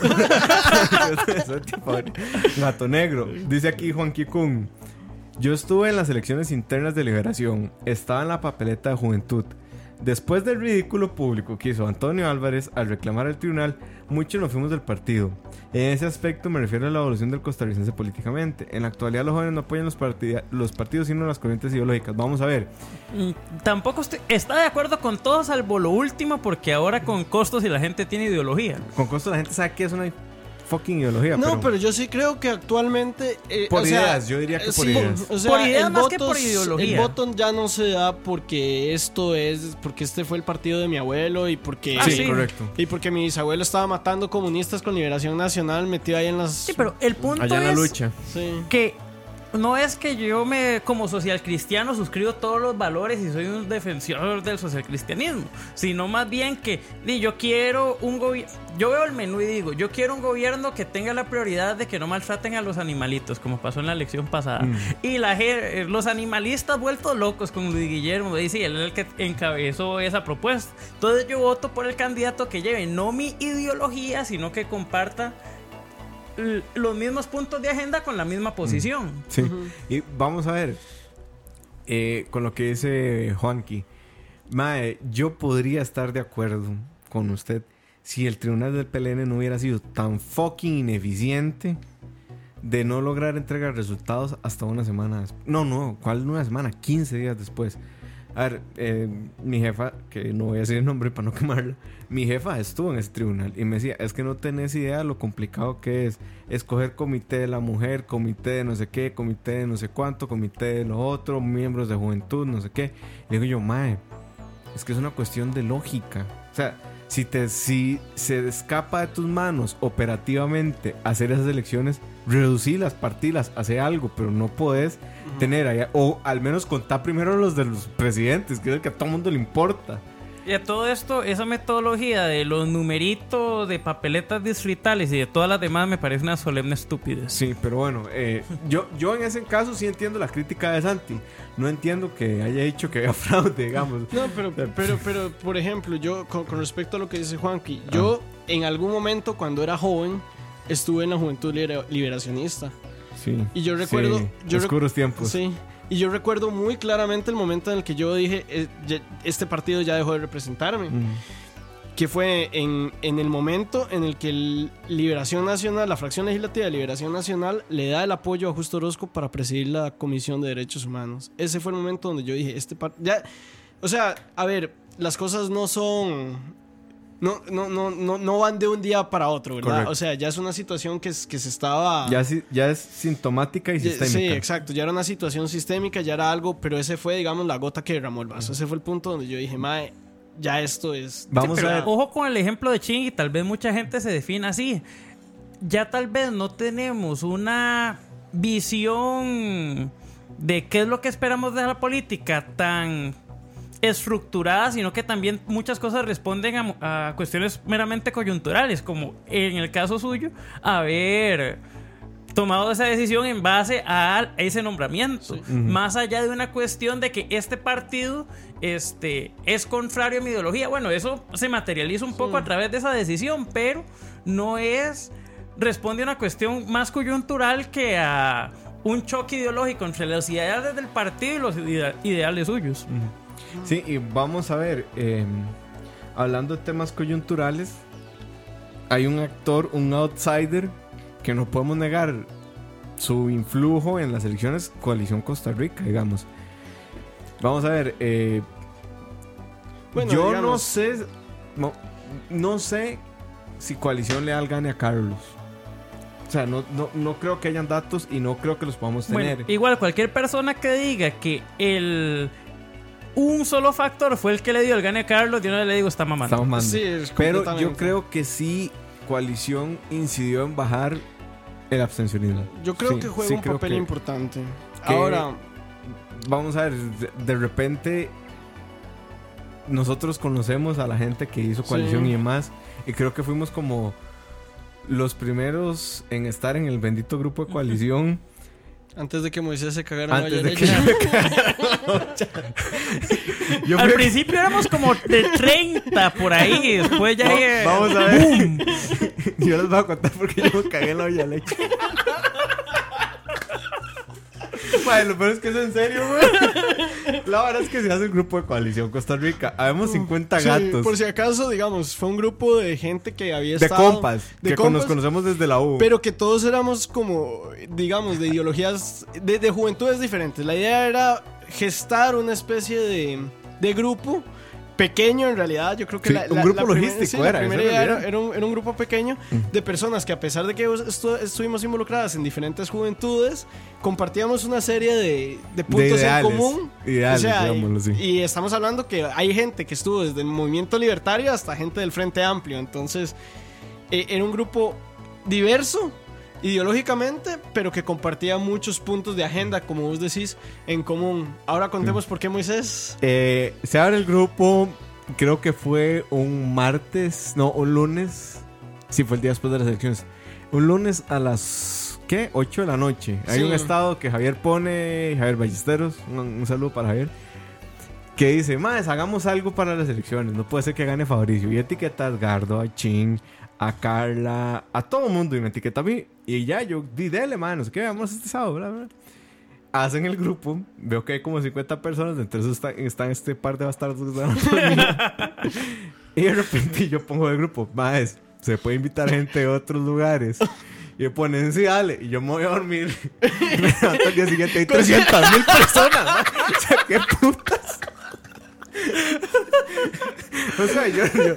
Gato Negro. Dice aquí Juan Kikun. Yo estuve en las elecciones internas de Liberación. Estaba en la papeleta de Juventud. Después del ridículo público que hizo Antonio Álvarez al reclamar al tribunal, muchos nos fuimos del partido. En ese aspecto me refiero a la evolución del costarricense políticamente. En la actualidad los jóvenes no apoyan los, partida- los partidos sino las corrientes ideológicas. Vamos a ver. Mm, Tampoco estoy, está de acuerdo con todo salvo lo último porque ahora con costos y la gente tiene ideología. Con costo la gente sabe que es una fucking ideología. No, pero, yo sí creo que actualmente... eh, Por o sea, ideas, yo diría que por sí, ideas. o sea, Por ideas el más que voto- por ideología. El voto ya no se da porque esto es... Porque este fue el partido de mi abuelo y porque... Ah, sí, sí. correcto. Y porque mi bisabuelo estaba matando comunistas con Liberación Nacional metido ahí en las... Sí, pero el punto Allá en la es lucha. Sí. que no es que yo me, como social cristiano, suscribo todos los valores y soy un defensor del social cristianismo, sino más bien que di, yo quiero un gobierno, yo veo el menú y digo, yo quiero un gobierno que tenga la prioridad de que no maltraten a los animalitos, como pasó en la elección pasada. Mm. Y la, los animalistas vueltos locos con Luis Guillermo, dice, él es el que encabezó esa propuesta. Entonces yo voto por el candidato que lleve no mi ideología, sino que comparta los mismos puntos de agenda con la misma posición. Sí. Uh-huh. Y vamos a ver, eh, con lo que dice Juanqui, mae, yo podría estar de acuerdo con usted si el tribunal del P L N no hubiera sido tan fucking ineficiente de no lograr entregar resultados hasta una semana después. No, no, ¿cuál una semana? quince días después. A ver, eh, mi jefa, que no voy a decir el nombre para no quemarla, mi jefa estuvo en ese tribunal y me decía, es que no tenés idea de lo complicado que es escoger comité de la mujer, comité de no sé qué, comité de no sé cuánto, comité de lo otro, miembros de juventud, no sé qué. Y digo yo, mae, es que es una cuestión de lógica. O sea, si, te, si se escapa de tus manos operativamente hacer esas elecciones, reducirlas, partirlas, hacer algo, pero no podés uh-huh. tener allá, o al menos contar primero los de los presidentes, que es el que a todo el mundo le importa. Y a todo esto, esa metodología de los numeritos de papeletas distritales y de todas las demás me parece una solemne estupidez. Sí, pero bueno, eh, yo, yo en ese caso sí entiendo la crítica de Santi. No entiendo que haya dicho que había fraude, digamos. No, pero, pero, pero por ejemplo, yo con, con respecto a lo que dice Juanqui, yo ah. en algún momento cuando era joven estuve en la Juventud Liberacionista. Sí. Y yo recuerdo... Sí, yo oscuros rec- tiempos. Sí. Y yo recuerdo muy claramente el momento en el que yo dije, eh, ya, este partido ya dejó de representarme. Mm. Que fue en, en el momento en el que el Liberación Nacional, la fracción legislativa de Liberación Nacional, le da el apoyo a Justo Orozco para presidir la Comisión de Derechos Humanos. Ese fue el momento donde yo dije, este par- ya, o sea, a ver, las cosas no son... No, no, no, no, no van de un día para otro, ¿verdad? Correcto. O sea, ya es una situación que, es, que se estaba... Ya, ya es sintomática y ya, sistémica. Sí, exacto. Ya era una situación sistémica, ya era algo... Pero ese fue, digamos, la gota que derramó el vaso. Ese fue el punto donde yo dije, mae, ya esto es... Vamos sí, a ver. Ojo con el ejemplo de Chingui. Tal vez mucha gente se defina así. Ya tal vez no tenemos una visión de qué es lo que esperamos de la política tan... estructurada, sino que también muchas cosas responden a, a cuestiones meramente coyunturales, como en el caso suyo, haber tomado esa decisión en base a ese nombramiento, sí. uh-huh. más allá de una cuestión de que este partido este, es contrario a mi ideología. Bueno, eso se materializa un poco sí. a través de esa decisión, pero no es, responde a una cuestión más coyuntural que a un choque ideológico entre las ideales del partido y los ideales suyos. Uh-huh. Sí, y vamos a ver, eh, hablando de temas coyunturales, hay un actor, un outsider, que no podemos negar su influjo en las elecciones, Coalición Costa Rica, digamos. Vamos a ver, eh, bueno, yo digamos, no sé, no, no sé si Coalición Leal gane a Carlos. O sea, no, no, no creo que hayan datos y no creo que los podamos tener. Bueno, igual cualquier persona que diga que el... un solo factor fue el que le dio el gane a Carlos, yo no le digo está mamando. Está mamando. Sí, pero yo creo que sí Coalición incidió en bajar el abstencionismo. Yo creo sí, que juega sí, un papel que, importante. Que, Ahora, vamos a ver, de, de repente nosotros conocemos a la gente que hizo Coalición sí. y demás, y creo que fuimos como los primeros en estar en el bendito grupo de Coalición. Antes de que Moisés se cagara en la olla de leche. Yo Al principio que... éramos como de treinta por ahí. Después ya... No, eh, vamos a ver. ¡Boom! Yo les voy a contar porque yo me cagué en la olla de leche. Madre, lo peor es que es en serio, güey. La verdad es que se hace el grupo de Coalición Costa Rica. Habemos cincuenta sí, gatos. Por si acaso, digamos, fue un grupo de gente que había de estado... Compas, de que compas. Nos conocemos desde la U. Pero que todos éramos como, digamos, de ideologías... De, de juventudes diferentes. La idea era gestar una especie de, de grupo... pequeño en realidad, yo creo que sí, la, un la, grupo la logístico primer, sí, era, la primera idea era, era, era, un, era un grupo pequeño mm. de personas que a pesar de que estu- estuvimos involucradas en diferentes juventudes, compartíamos una serie de, de puntos de ideales, en común. Ideales, o sea, digámoslo, sí. y, y estamos hablando que hay gente que estuvo desde el movimiento libertario hasta gente del Frente Amplio, entonces eh, era un grupo diverso ideológicamente, pero que compartía muchos puntos de agenda, como vos decís, en común. Ahora contemos por qué Moisés. Eh, se abre el grupo, creo que fue un martes, no, un lunes. Sí, fue el día después de las elecciones. Un lunes a las, ¿qué? ocho de la noche. Hay Sí. un estado que Javier pone, Javier Ballesteros, un, un saludo para Javier, que dice, más, hagamos algo para las elecciones. No puede ser que gane Fabricio. Y etiqueta a Edgardo, a Chin, a Carla, a todo el mundo. Y me etiqueta a mí. Y ya, yo di, dele, man, no sé qué, vamos este sábado, bla, bla. Hacen el grupo. Veo que hay como cincuenta personas. Entre esos están, están este par de bastardos que están hablando. Y de repente yo pongo el grupo, más, se puede invitar gente de otros lugares. Y me ponen, sí, dale. Y yo me voy a dormir. Y me levanto al día siguiente. Hay trescientas mil personas, man. O sea, qué putas. O sea, yo... yo,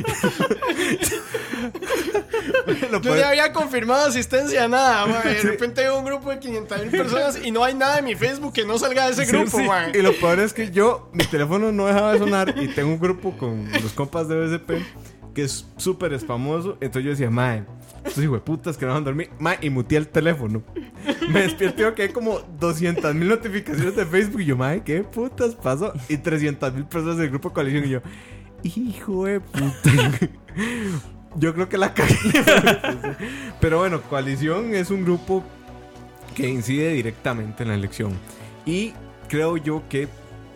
yo Yo ya había confirmado asistencia a nada, man. De repente hay un grupo de quinientas mil personas y no hay nada en mi Facebook que no salga de ese Sí, grupo, sí. man. Y lo peor es que yo, mi teléfono no dejaba de sonar y tengo un grupo con los compas de B S P que es súper famoso. Entonces yo decía, mae, estos hijueputas que no van a dormir, mae, y muteé el teléfono. Me despierto que hay como doscientas mil notificaciones de Facebook y yo, mae, ¿qué putas pasó? Y trescientas mil personas del grupo de coalición y yo, hijo de puta. Yo creo que la cagué. Pero bueno, Coalición es un grupo que incide directamente en la elección. Y creo yo que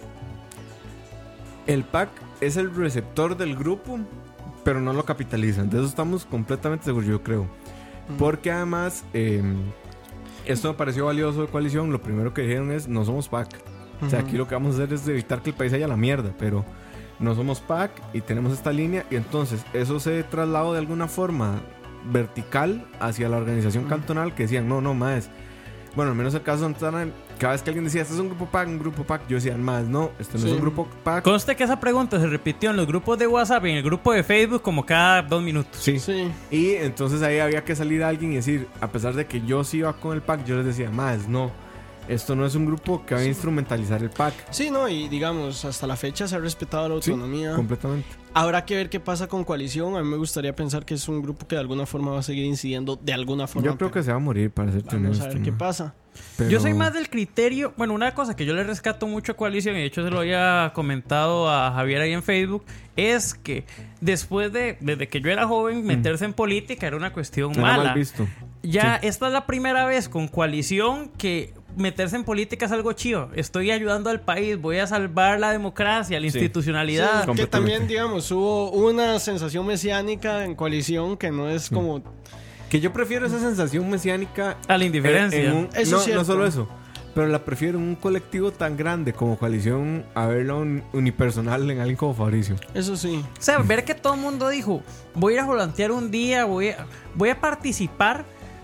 el P A C es el receptor del grupo, pero no lo capitalizan. De eso estamos completamente seguros, yo creo. Porque además, eh, esto me pareció valioso de Coalición. Lo primero que dijeron es, no somos P A C. O sea, aquí lo que vamos a hacer es evitar que el país haya la mierda, pero no somos P A C y tenemos esta línea. Y entonces eso se trasladó de alguna forma vertical hacia la organización cantonal, que decían, no, no, más. Bueno, al menos el caso de Santana, cada vez que alguien decía, este es un grupo P A C, un grupo P A C, yo decía, más, no, este no Sí. es un grupo P A C. Conste que esa pregunta se repitió en los grupos de WhatsApp y en el grupo de Facebook como cada dos minutos. Sí. Sí. Y entonces ahí había que salir alguien y decir, a pesar de que yo sí iba con el P A C, yo les decía, más, no, esto no es un grupo que va a instrumentalizar el P A C. Sí, no, y digamos, hasta la fecha se ha respetado la Sí, autonomía. completamente. Habrá que ver qué pasa con Coalición. A mí me gustaría pensar que es un grupo que de alguna forma va a seguir incidiendo de alguna forma. Yo creo que se va a morir, para ser Vamos honesto. a ver qué ¿no? pasa. Pero- Yo soy más del criterio. Bueno, una cosa que yo le rescato mucho a Coalición, y de hecho se lo había comentado a Javier ahí en Facebook, es que después de, desde que yo era joven, meterse en política era una cuestión Era mala. mal visto. Ya, Sí. esta es la primera vez con Coalición que meterse en política es algo chido. Estoy ayudando al país, voy a salvar la democracia, la Sí. institucionalidad. Sí, que completamente. también, digamos, hubo una sensación mesiánica en Coalición que no es como... Que yo prefiero esa sensación mesiánica A la indiferencia. en- en un- Eso es no, cierto. no solo eso, pero la prefiero en un colectivo tan grande como Coalición a verla un, unipersonal en alguien como Fabricio. Eso sí. O sea, ver que todo el mundo dijo, voy a ir a volantear un día, voy a, voy a participar.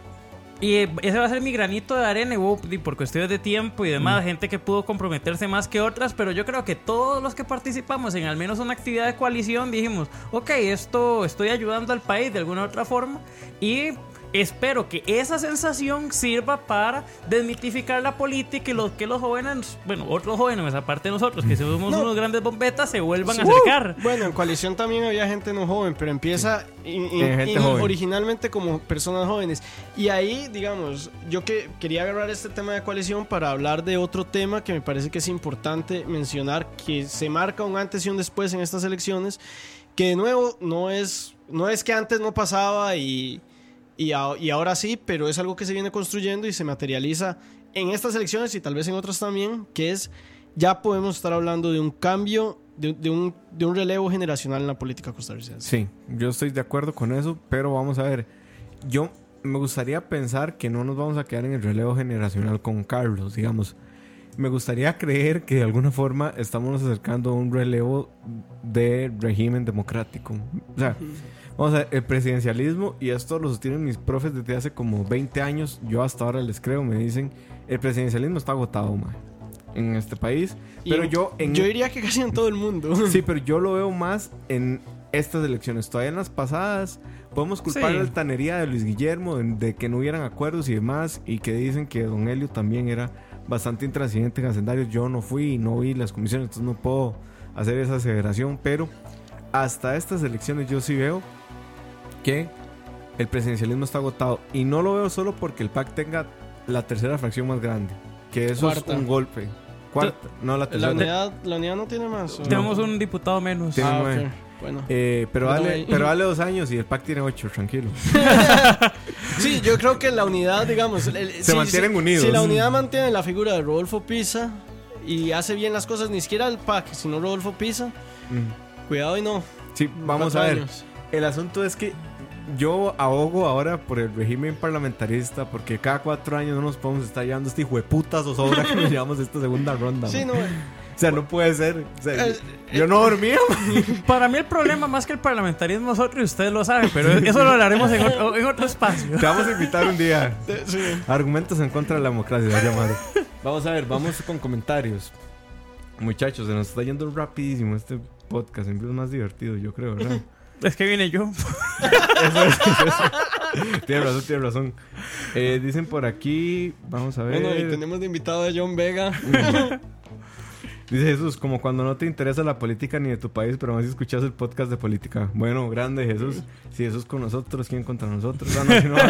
Y eh, ese va a ser mi granito de arena. Y hubo, y por cuestiones de tiempo y demás, gente que pudo comprometerse más que otras. Pero yo creo que todos los que participamos en al menos una actividad de coalición dijimos, ok, esto estoy ayudando al país de alguna otra forma. Y espero que esa sensación sirva para desmitificar la política y los que los jóvenes, bueno, otros jóvenes, aparte de nosotros, que somos No. unos grandes bombetas, se vuelvan a Uh, acercar. Bueno, en Coalición también había gente no joven, pero empieza in- in- Eh, gente in- joven. originalmente como personas jóvenes. Y ahí, digamos, yo que quería agarrar este tema de Coalición para hablar de otro tema que me parece que es importante mencionar, que se marca un antes y un después en estas elecciones, que de nuevo no es, no es que antes no pasaba y... Y, a- y ahora sí, pero es algo que se viene construyendo y se materializa en estas elecciones y tal vez en otras también, que es, ya podemos estar hablando de un cambio, de, de un, de un relevo generacional en la política costarricense. Sí, yo estoy de acuerdo con eso, pero vamos a ver. Yo me gustaría pensar que no nos vamos a quedar en el relevo generacional con Carlos, digamos. Me gustaría creer que de alguna forma estamos acercando a un relevo de régimen democrático. O sea, vamos a ver, el presidencialismo, y esto lo sostienen mis profes desde hace como veinte años, yo hasta ahora les creo, me dicen, el presidencialismo está agotado, man, en este país. Y Pero yo... En, yo diría que casi en todo el mundo. Sí, pero yo lo veo más en estas elecciones. Todavía en las pasadas podemos culpar Sí. la altanería de Luis Guillermo, de, de que no hubieran acuerdos y demás, y que dicen que don Helio también era bastante intransigente en hacendarios. Yo no fui y no vi las comisiones, entonces no puedo hacer esa aseveración, pero hasta estas elecciones yo sí veo que el presidencialismo está agotado. Y no lo veo solo porque el P A C tenga la tercera fracción más grande. Que eso Cuarta. es un golpe. Cuarta, no la La tercera. unidad, la unidad no tiene más. ¿o? Tenemos un diputado menos. Sí. Ah, nueve. ok. Bueno. Eh, pero, Bueno, dale, ahí. pero dale dos años y el P A C tiene ocho, tranquilo. Sí, yo creo que la unidad, digamos... el- Se si- mantienen si- unidos. Si la unidad mantiene la figura de Rodolfo Pisa y hace bien las cosas, ni siquiera el P A C, sino Rodolfo Pisa, Mm. cuidado y no. Sí, vamos Cuatro a ver. años. El asunto es que yo abogo ahora por el régimen parlamentarista porque cada cuatro años no nos podemos estar llevando este hijo de puta zozobra que nos llevamos esta segunda ronda. Sí, man. no. O sea, no puede ser. O sea, Eh, yo no dormía. man. Para mí el problema más que el parlamentarismo es otro y ustedes lo saben, pero eso lo hablaremos en otro, en otro espacio. Te vamos a invitar un día. Eh, sí. Argumentos en contra de la democracia, se va a llamar. Vamos a ver, vamos con comentarios. Muchachos, se nos está yendo rapidísimo este podcast. Siempre es más divertido, yo creo, ¿verdad? Es que vine yo. Eso es, eso es. Tienes razón, tienes razón. Eh, dicen por aquí, vamos a ver. Bueno, y tenemos de invitado a John Vega. Dice Jesús, como cuando no te interesa la política ni de tu país, pero más si escuchas el podcast de política. Bueno, grande Jesús. Si Jesús con nosotros, ¿quién contra nosotros? Ah, no, si no,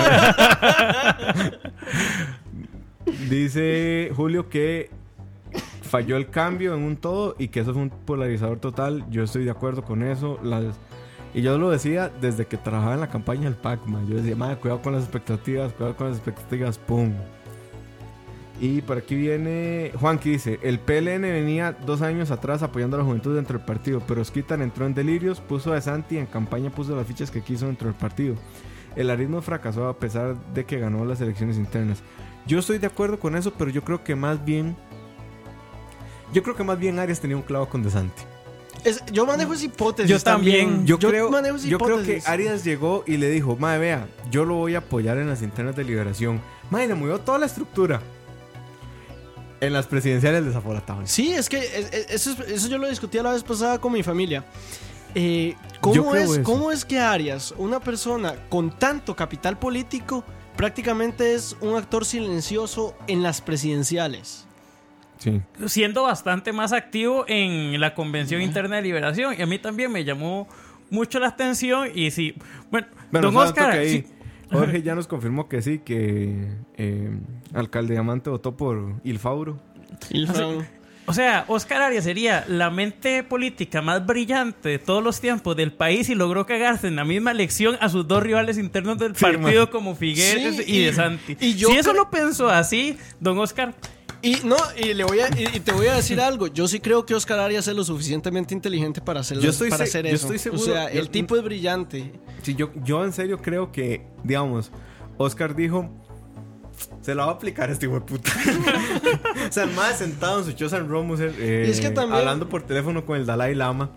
dice Julio que falló el cambio en un todo y que eso fue un polarizador total. Yo estoy de acuerdo con eso. Las... Y yo lo decía desde que trabajaba en la campaña del P A C, man. Yo decía, madre, cuidado con las expectativas, cuidado con las expectativas, pum. Y por aquí viene Juan que dice, el P L N venía dos años atrás apoyando a la juventud dentro del partido, pero Osquitan entró en delirios, puso a Santi en campaña, puso las fichas que quiso dentro del partido. El arismo fracasó a pesar de que ganó las elecciones internas. Yo estoy de acuerdo con eso, pero yo creo que más bien... Yo creo que más bien Arias tenía un clavo con De Santi. Es- yo manejo esa hipótesis. Yo también. Yo, creo, manejo esa yo creo que hipótesis. Arias llegó y le dijo, madre, vea, yo lo voy a apoyar en las internas de liberación. Madre, le movió toda la estructura. En las presidenciales desaforataban. Sí, es que es- es- eso, es- eso yo lo discutía la vez pasada con mi familia. Eh, Yo ¿cómo, creo es, eso. ¿Cómo es que Arias, una persona con tanto capital político, prácticamente es un actor silencioso en las presidenciales? Sí. Siendo bastante más activo en la Convención Interna de Liberación. Y a mí también me llamó mucho la atención. Y sí, bueno, Bueno, don ¿sabes Oscar, que ahí? sí, Jorge ya nos confirmó que sí, que eh, Alcalde Diamante votó por Ilfauro. Y fue- o sea, Oscar Arias sería la mente política más brillante de todos los tiempos del país y logró cagarse en la misma elección a sus dos rivales internos del Sí, partido man. como Figueres Sí, y, y- De Santi. y yo si eso cre- lo pensó así, don Oscar, Y no, y le voy a, y, y te voy a decir algo. Yo sí creo que Oscar Arias es lo suficientemente inteligente para hacer, Yo estoy para se- hacer yo eso. estoy seguro- O sea, yo- el tipo es brillante. Sí, yo, yo en serio creo que, digamos, Oscar dijo, se la va a aplicar a este hijo de puta. O sea, el más sentado en su choza en Romuser, eh, Y es que también- hablando por teléfono con el Dalai Lama.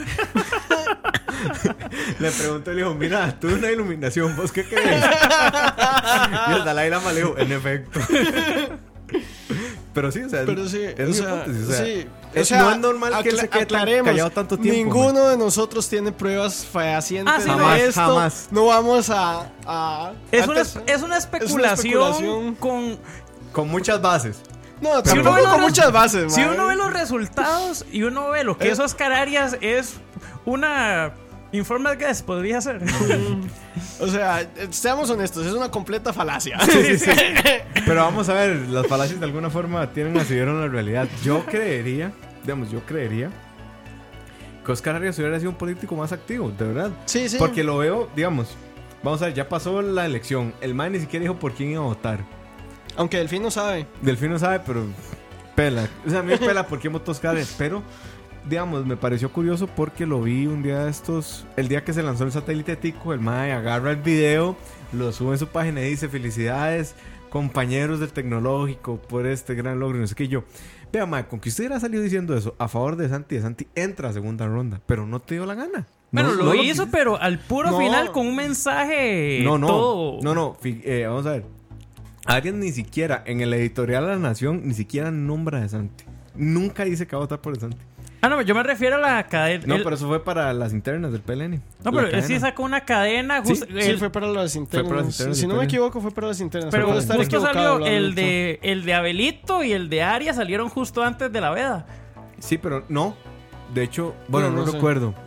Le preguntó y le dijo, mira, tuve una iluminación, ¿vos qué crees? Y el Dalai Lama le dijo, en efecto. Pero sí, o sea, Pero sí, es o mi sea, hipótesis. O sea, sí. es- O sea, no es normal que él se acla- quede tan aclaremos, callado tanto tiempo. Ninguno man. de nosotros tiene pruebas fehacientes Ah, sí, de Jamás, esto. jamás. No vamos a. a- es una, antes- es una especulación, especulación. con... Con muchas bases. No, Si uno tampoco ve los con res- muchas bases, Si man. uno ve los resultados y uno ve lo que Eh. es Oscar Arias, es una informal guess, podría ser. O sea, eh, seamos honestos, es una completa falacia. Sí, sí, sí. Pero vamos a ver, las falacias de alguna forma tienen asidero en la realidad. Yo creería, digamos, yo creería que Oscar Arias hubiera sido un político más activo, de verdad. Sí, sí. Porque lo veo, digamos, vamos a ver, ya pasó la elección. El man ni siquiera dijo por quién iba a votar. Aunque Delfín no sabe. Delfín no sabe, pero pela. O sea, a mí me pela por quién votó Oscar Arias. Pero, digamos, me pareció curioso porque lo vi un día de estos. El día que se lanzó el satélite Tico, el mae agarra el video, lo sube en su página y dice: felicidades, compañeros del tecnológico, por este gran logro. Y no sé qué. Y yo, vea, mae, con que usted hubiera salido diciendo eso a favor de Santi, de Santi entra a segunda ronda, pero no te dio la gana. Bueno, No- lo no hizo, quisiste. pero al puro No. final con un mensaje No, no, todo... no, no, fi- eh, vamos a ver. Arias ni siquiera, en el editorial La Nación, ni siquiera nombra a De Santi. Nunca dice que va a votar por De Santi. Ah, no, yo me refiero a la cadena. No, él- pero eso fue para las internas del P L N. no, La pero él sí cadena. sacó una cadena. Sí, just- Sí, él- fue para las internas. para las internas, si no me internas. equivoco, fue para las internas. pero Puedo estar justo equivocado, salió lo el admito. de, el de Abelito y el de Arias salieron justo antes de la veda. Sí, pero no. De hecho, bueno, No, no, no sé. recuerdo.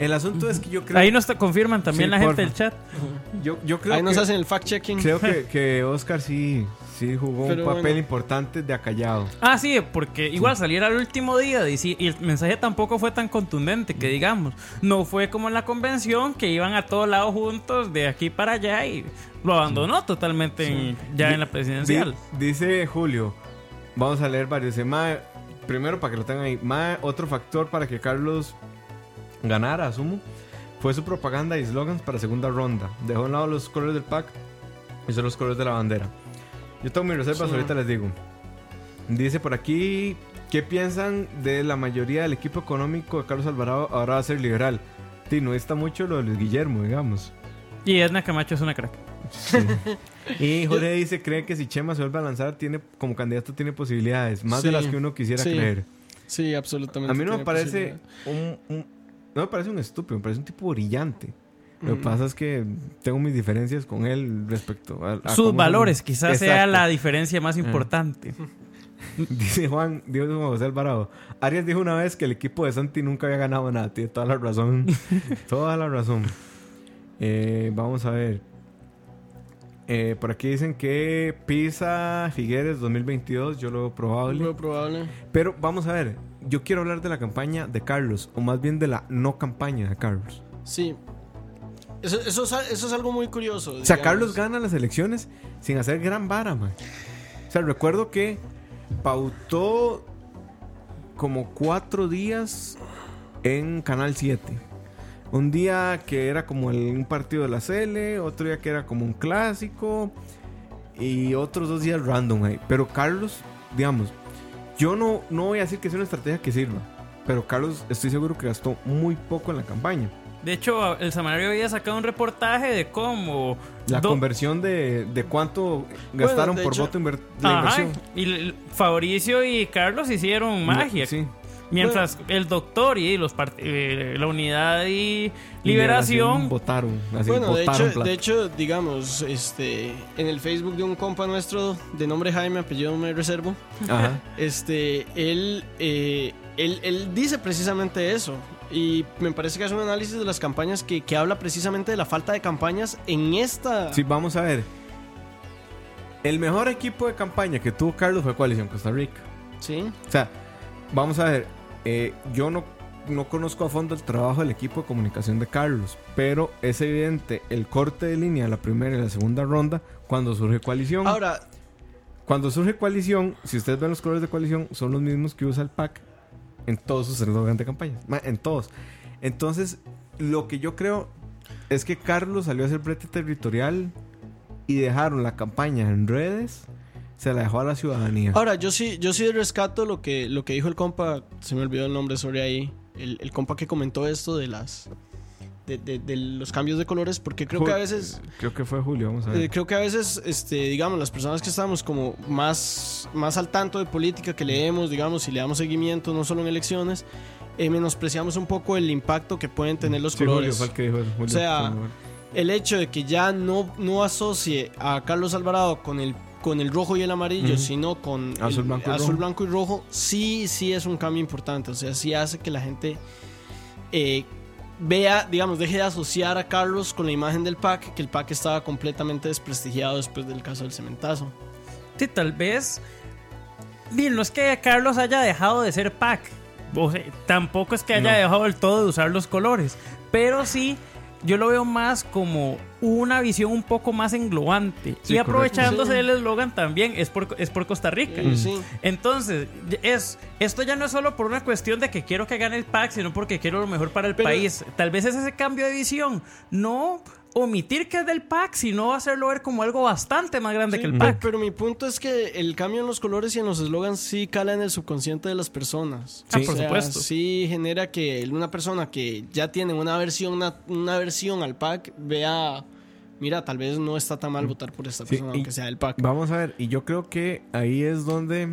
El asunto es que yo creo... Ahí nos te confirman también Sí, la gente porfa. del chat. Yo, yo creo Ahí que... nos hacen el fact-checking. Creo que, que Oscar sí, sí jugó Pero un papel bueno. importante de acallado. Ah, sí, porque igual saliera el último día y, sí, y el mensaje tampoco fue tan contundente que digamos. No fue como en la convención que iban a todos lados juntos de aquí para allá y lo abandonó totalmente en- ya Di- en la presidencial. Di- dice Julio, vamos a leer varios. Dice, "Mae, primero para que lo tengan ahí. Mae, otro factor para que Carlos ganara, asumo, fue su propaganda y slogans para segunda ronda. Dejó a un lado los colores del pack y son los colores de la bandera. Yo tengo mis reservas, Sí. ahorita les digo. Dice por aquí, ¿qué piensan de la mayoría del equipo económico de Carlos Alvarado ahora va a ser liberal? Sí, no está mucho lo de Luis Guillermo, digamos. Y Edna Camacho es una crack. Sí. Y Jorge dice, cree que si Chema se vuelve a lanzar, tiene como candidato tiene posibilidades, más de Sí. las que uno quisiera Sí. creer. Sí, absolutamente. A mí no me tiene parece posibilidad. un, un- no me parece un estúpido, me parece un tipo brillante. Lo que Mm. pasa es que tengo mis diferencias con él respecto a, a Sus cómo valores son- quizás sea Exacto. la diferencia más importante. Dice Juan, dijo Juan José Alvarado. Arias dijo una vez que el equipo de Santi nunca había ganado nada. Tiene toda la razón. Toda la razón. Eh, vamos a ver. Eh, por aquí dicen que Pisa Figueres dos mil veintidós. Yo lo veo probable. Muy probable. Pero vamos a ver. Yo quiero hablar de la campaña de Carlos. O más bien de la no campaña de Carlos. Sí. Eso, eso, es, eso es algo muy curioso. O sea, digamos. Carlos gana las elecciones sin hacer gran vara, man. O sea, recuerdo que pautó como cuatro días en Canal siete. Un día que era como el- un partido de la C L, otro día que era como un clásico y otros dos días random ahí. Pero Carlos, digamos, yo no, no voy a decir que sea una estrategia que sirva, pero Carlos estoy seguro que gastó muy poco en la campaña. De hecho, el semanario había sacado un reportaje de cómo... La do- conversión de, de cuánto gastaron de por hecho- voto inver- la Ajá, inversión. y l- Fabricio y Carlos hicieron magia. Sí. Mientras el doctor y los part- eh, la unidad y liberación, votaron. Así, Bueno, de votaron hecho, plata. de hecho, digamos, este, en el Facebook de un compa nuestro de nombre Jaime, apellido me reservo, Ajá. este, él, eh, él, él dice precisamente eso. Y me parece que es un análisis de las campañas que, que habla precisamente de la falta de campañas en esta... Sí, vamos a ver. El mejor equipo de campaña que tuvo Carlos fue Coalición Costa Rica. Sí. O sea, vamos a ver. eh, yo no, no conozco a fondo el trabajo del equipo de comunicación de Carlos, pero es evidente el corte de línea de la primera y la segunda ronda cuando surge Coalición. Ahora, Cuando surge Coalición, si ustedes ven los colores de Coalición, son los mismos que usa el P A C en todos sus eslogans de campaña. Ma, En todos. Entonces, lo que yo creo es que Carlos salió a hacer brete territorial y dejaron la campaña en redes, se la dejó a la ciudadanía. ahora yo sí, yo sí rescato lo que, lo que dijo el compa, se me olvidó el nombre sobre ahí, el, el compa que comentó esto de las... De, de- de los cambios de colores, porque creo que a veces... Creo que fue Julio, vamos a ver. Eh, creo que a veces, este, digamos, las personas que estamos como más, más al tanto de política, que leemos, digamos, y le damos seguimiento, no solo en elecciones, eh, menospreciamos un poco el impacto que pueden tener los Sí, Julio colores. fue el que dijo eso. Julio, O sea, por favor. El hecho de que ya no, no asocie a Carlos Alvarado con el, con el rojo y el amarillo, Ujú. sino con Azul, el blanco y azul, rojo. blanco y rojo, sí, sí es un cambio importante. O sea, sí hace que la gente eh, vea, digamos, deje de asociar a Carlos con la imagen del P A C, que el P A C estaba completamente desprestigiado después del caso del cementazo. sí, tal vez... Bien, no es que Carlos haya dejado de ser P A C. O sea, tampoco es que haya No. dejado del todo de usar los colores. Pero sí, yo lo veo más como una visión un poco más englobante. Sí, y aprovechándose correcto. del eslogan también, es por, es por Costa Rica. Eh, sí. Entonces, es, esto ya no es solo por una cuestión de que quiero que gane el P A C, sino porque quiero lo mejor para el Pero- país. Tal vez es ese cambio de visión. No omitir que es del P A C, sino hacerlo ver como algo bastante más grande Sí, que el pero, P A C. pero mi punto es que el cambio en los colores y en los eslogans sí cala en el subconsciente de las personas. Ah, Sí. por O sea, supuesto. sí genera que una persona que ya tiene una versión, una, una versión al P A C vea, mira, tal vez no está tan mal votar por esta Sí, persona, y- aunque sea del P A C. Vamos a ver, y yo creo que ahí es donde...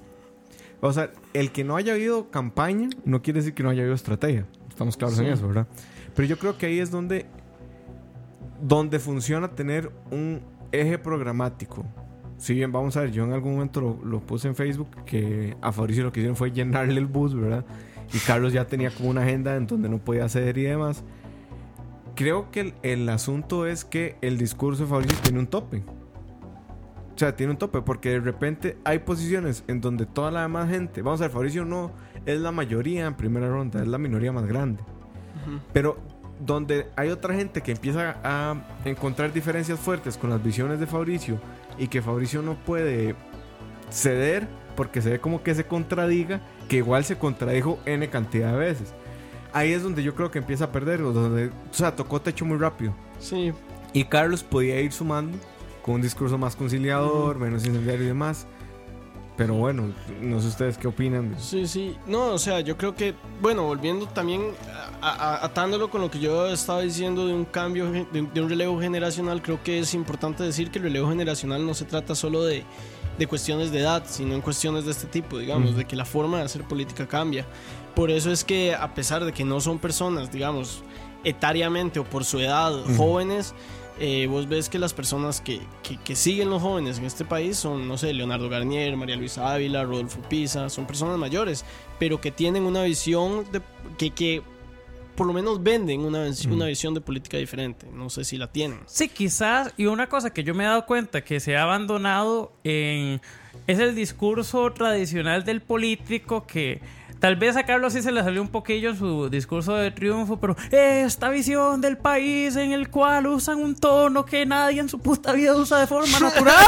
O sea, el que no haya habido campaña no quiere decir que no haya habido estrategia. Estamos claros Sí. en eso, ¿verdad? Pero yo creo que ahí es donde... Donde funciona tener un eje programático. Si bien, vamos a ver, yo en algún momento lo, lo puse en Facebook, que a Fabricio lo que hicieron fue llenarle el bus, ¿verdad? y Carlos ya tenía como una agenda en donde no podía ceder y demás. Creo que el, el asunto es que el discurso de Fabricio tiene un tope. O sea, tiene un tope porque de repente hay posiciones en donde toda la demás gente, vamos a ver, Fabricio no es la mayoría en primera ronda, es la minoría más grande. Uh-huh. Pero donde hay otra gente que empieza a encontrar diferencias fuertes con las visiones de Fabricio y que Fabricio no puede ceder porque se ve como que se contradiga, que igual se contradijo N cantidad de veces. Ahí es donde yo creo que empieza a perder, donde, o sea, tocó techo muy rápido. Sí. Y Carlos podía ir sumando con un discurso más conciliador, uh-huh. menos incendiario y demás. Pero bueno, no sé ustedes qué opinan. Sí, sí. No, o sea, yo creo que, bueno, volviendo también, a, a, atándolo con lo que yo estaba diciendo de un cambio, de, de un relevo generacional, creo que es importante decir que el relevo generacional no se trata solo de, de cuestiones de edad, sino en cuestiones de este tipo, digamos, uh-huh. de que la forma de hacer política cambia. Por eso es que, a pesar de que no son personas, digamos, etariamente o por su edad, uh-huh. jóvenes, eh, vos ves que las personas que, que, que siguen los jóvenes en este país son, no sé, Leonardo Garnier, María Luisa Ávila, Rodolfo Pisa, son personas mayores, pero que tienen una visión de, que, que por lo menos venden una, uh-huh. una visión de política diferente. No sé si la tienen. Sí, quizás, y una cosa que yo me he dado cuenta que se ha abandonado en, es el discurso tradicional del político que... Tal vez a Carlos sí se le salió un poquillo en su discurso de triunfo, pero esta visión del país en el cual usan un tono que nadie en su puta vida usa de forma natural.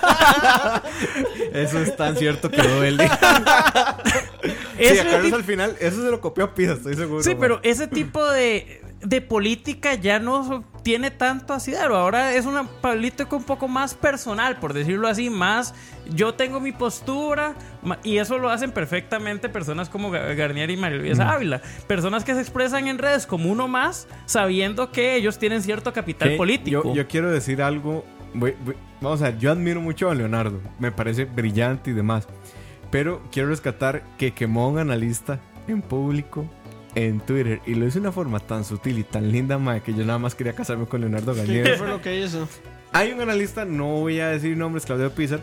Eso es tan cierto que duele. Sí, a Carlos al final, eso se lo copió a Pisa, estoy seguro. Sí, man. Pero ese tipo de, de política ya no tiene tanto asidero. Ahora es una política un poco más personal, por decirlo así, más yo tengo mi postura, y eso lo hacen perfectamente personas como Garnier y María Luisa mm. Ávila, personas que se expresan en redes como uno más, sabiendo que ellos tienen cierto capital ¿Qué? político. Yo, yo quiero decir algo, voy, voy, vamos a ver, yo admiro mucho a Leonardo, me parece brillante y demás, pero quiero rescatar que quemó a un analista en público en Twitter y lo hizo de una forma tan sutil y tan linda, mae, que yo nada más quería casarme con Leonardo Garnier. ¿Qué fue lo que hizo? Hay un analista, no voy a decir nombres, Claudio Pizar,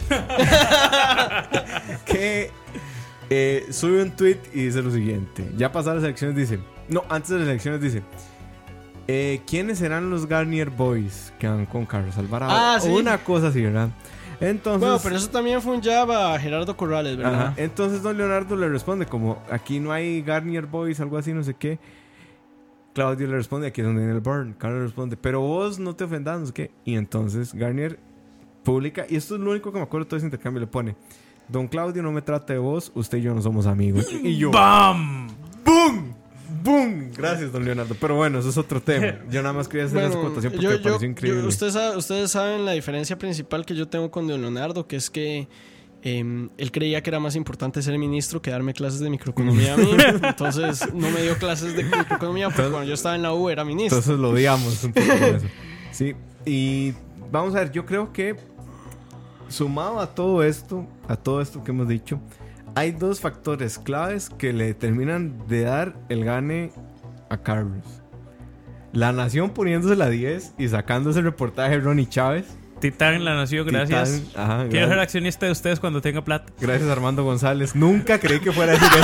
que eh, sube un tweet y dice lo siguiente. Ya pasadas las elecciones dice, no, antes de las elecciones dice, eh, ¿quiénes serán los Garnier Boys que van con Carlos Alvarado? Ah, sí. Una cosa así, ¿verdad? Entonces, bueno, pero eso también fue un jab a Gerardo Corrales, ¿verdad? Ajá. Entonces don Leonardo le responde como, aquí no hay Garnier Boys, algo así, no sé qué. Claudio le responde, aquí es donde viene el burn. Carlos le responde, pero vos no te ofendas, no sé qué. Y entonces Garnier publica, y esto es lo único que me acuerdo de todo ese intercambio, le pone, don Claudio, no me trate de vos, usted y yo no somos amigos. Y yo, ¡bam! ¡Bum! ¡Bum! Gracias, don Leonardo. Pero bueno, eso es otro tema. Yo nada más quería hacer bueno, esa acotación porque yo, me pareció yo, increíble. Yo, ustedes, saben, ustedes saben la diferencia principal que yo tengo con don Leonardo, que es que eh, él creía que era más importante ser ministro que darme clases de microeconomía a mí. Entonces no me dio clases de microeconomía porque cuando yo estaba en la U era ministro. Entonces lo odiamos un poco con eso. Sí, y vamos a ver, yo creo que sumado a todo esto, a todo esto que hemos dicho, hay dos factores claves que le terminan de dar el gane a Carlos. La Nación poniéndose la diez y sacándose el reportaje de Ronnie Chávez. Titán, La Nación, gracias. Titán, ajá, quiero gracias. ser accionista de ustedes cuando tenga plata. Gracias, Armando González. Nunca creí que fuera a decir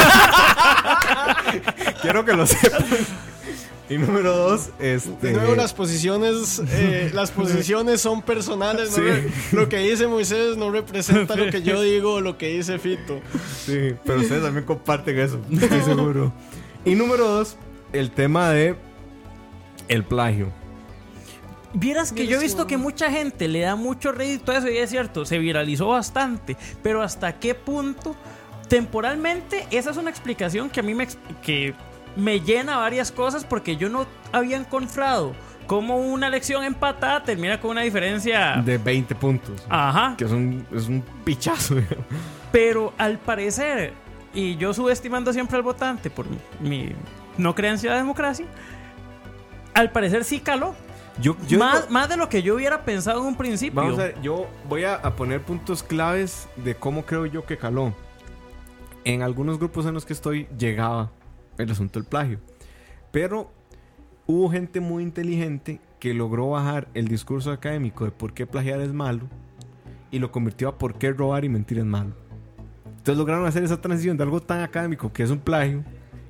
esto. Quiero que lo sepan. Y número dos, este... De nuevo, las posiciones, eh, las posiciones son personales. Sí. ¿No? Lo que dice Moisés no representa lo que yo digo o lo que dice Fito. Sí, pero ustedes también comparten eso, estoy seguro. Y número dos, el tema de el plagio. Vieras que yo he visto que mucha gente le da mucho rédito a eso, y es cierto, se viralizó bastante, pero hasta qué punto temporalmente esa es una explicación que a mí me, que me llena varias cosas, porque yo no había encontrado cómo una elección empatada termina con una diferencia de veinte puntos. Ajá. Que es un, es un pichazo, digamos. Pero al parecer, y yo subestimando siempre al votante por mi, mi no creencia de democracia, al parecer sí caló. Yo, yo más, digo, más de lo que yo hubiera pensado en un principio. Vamos a ver, yo voy a, a poner puntos claves de cómo creo yo que caló. En algunos grupos en los que estoy llegaba el asunto del plagio, pero hubo gente muy inteligente que logró bajar el discurso académico de por qué plagiar es malo y lo convirtió a por qué robar y mentir es malo. Entonces lograron hacer esa transición de algo tan académico que es un plagio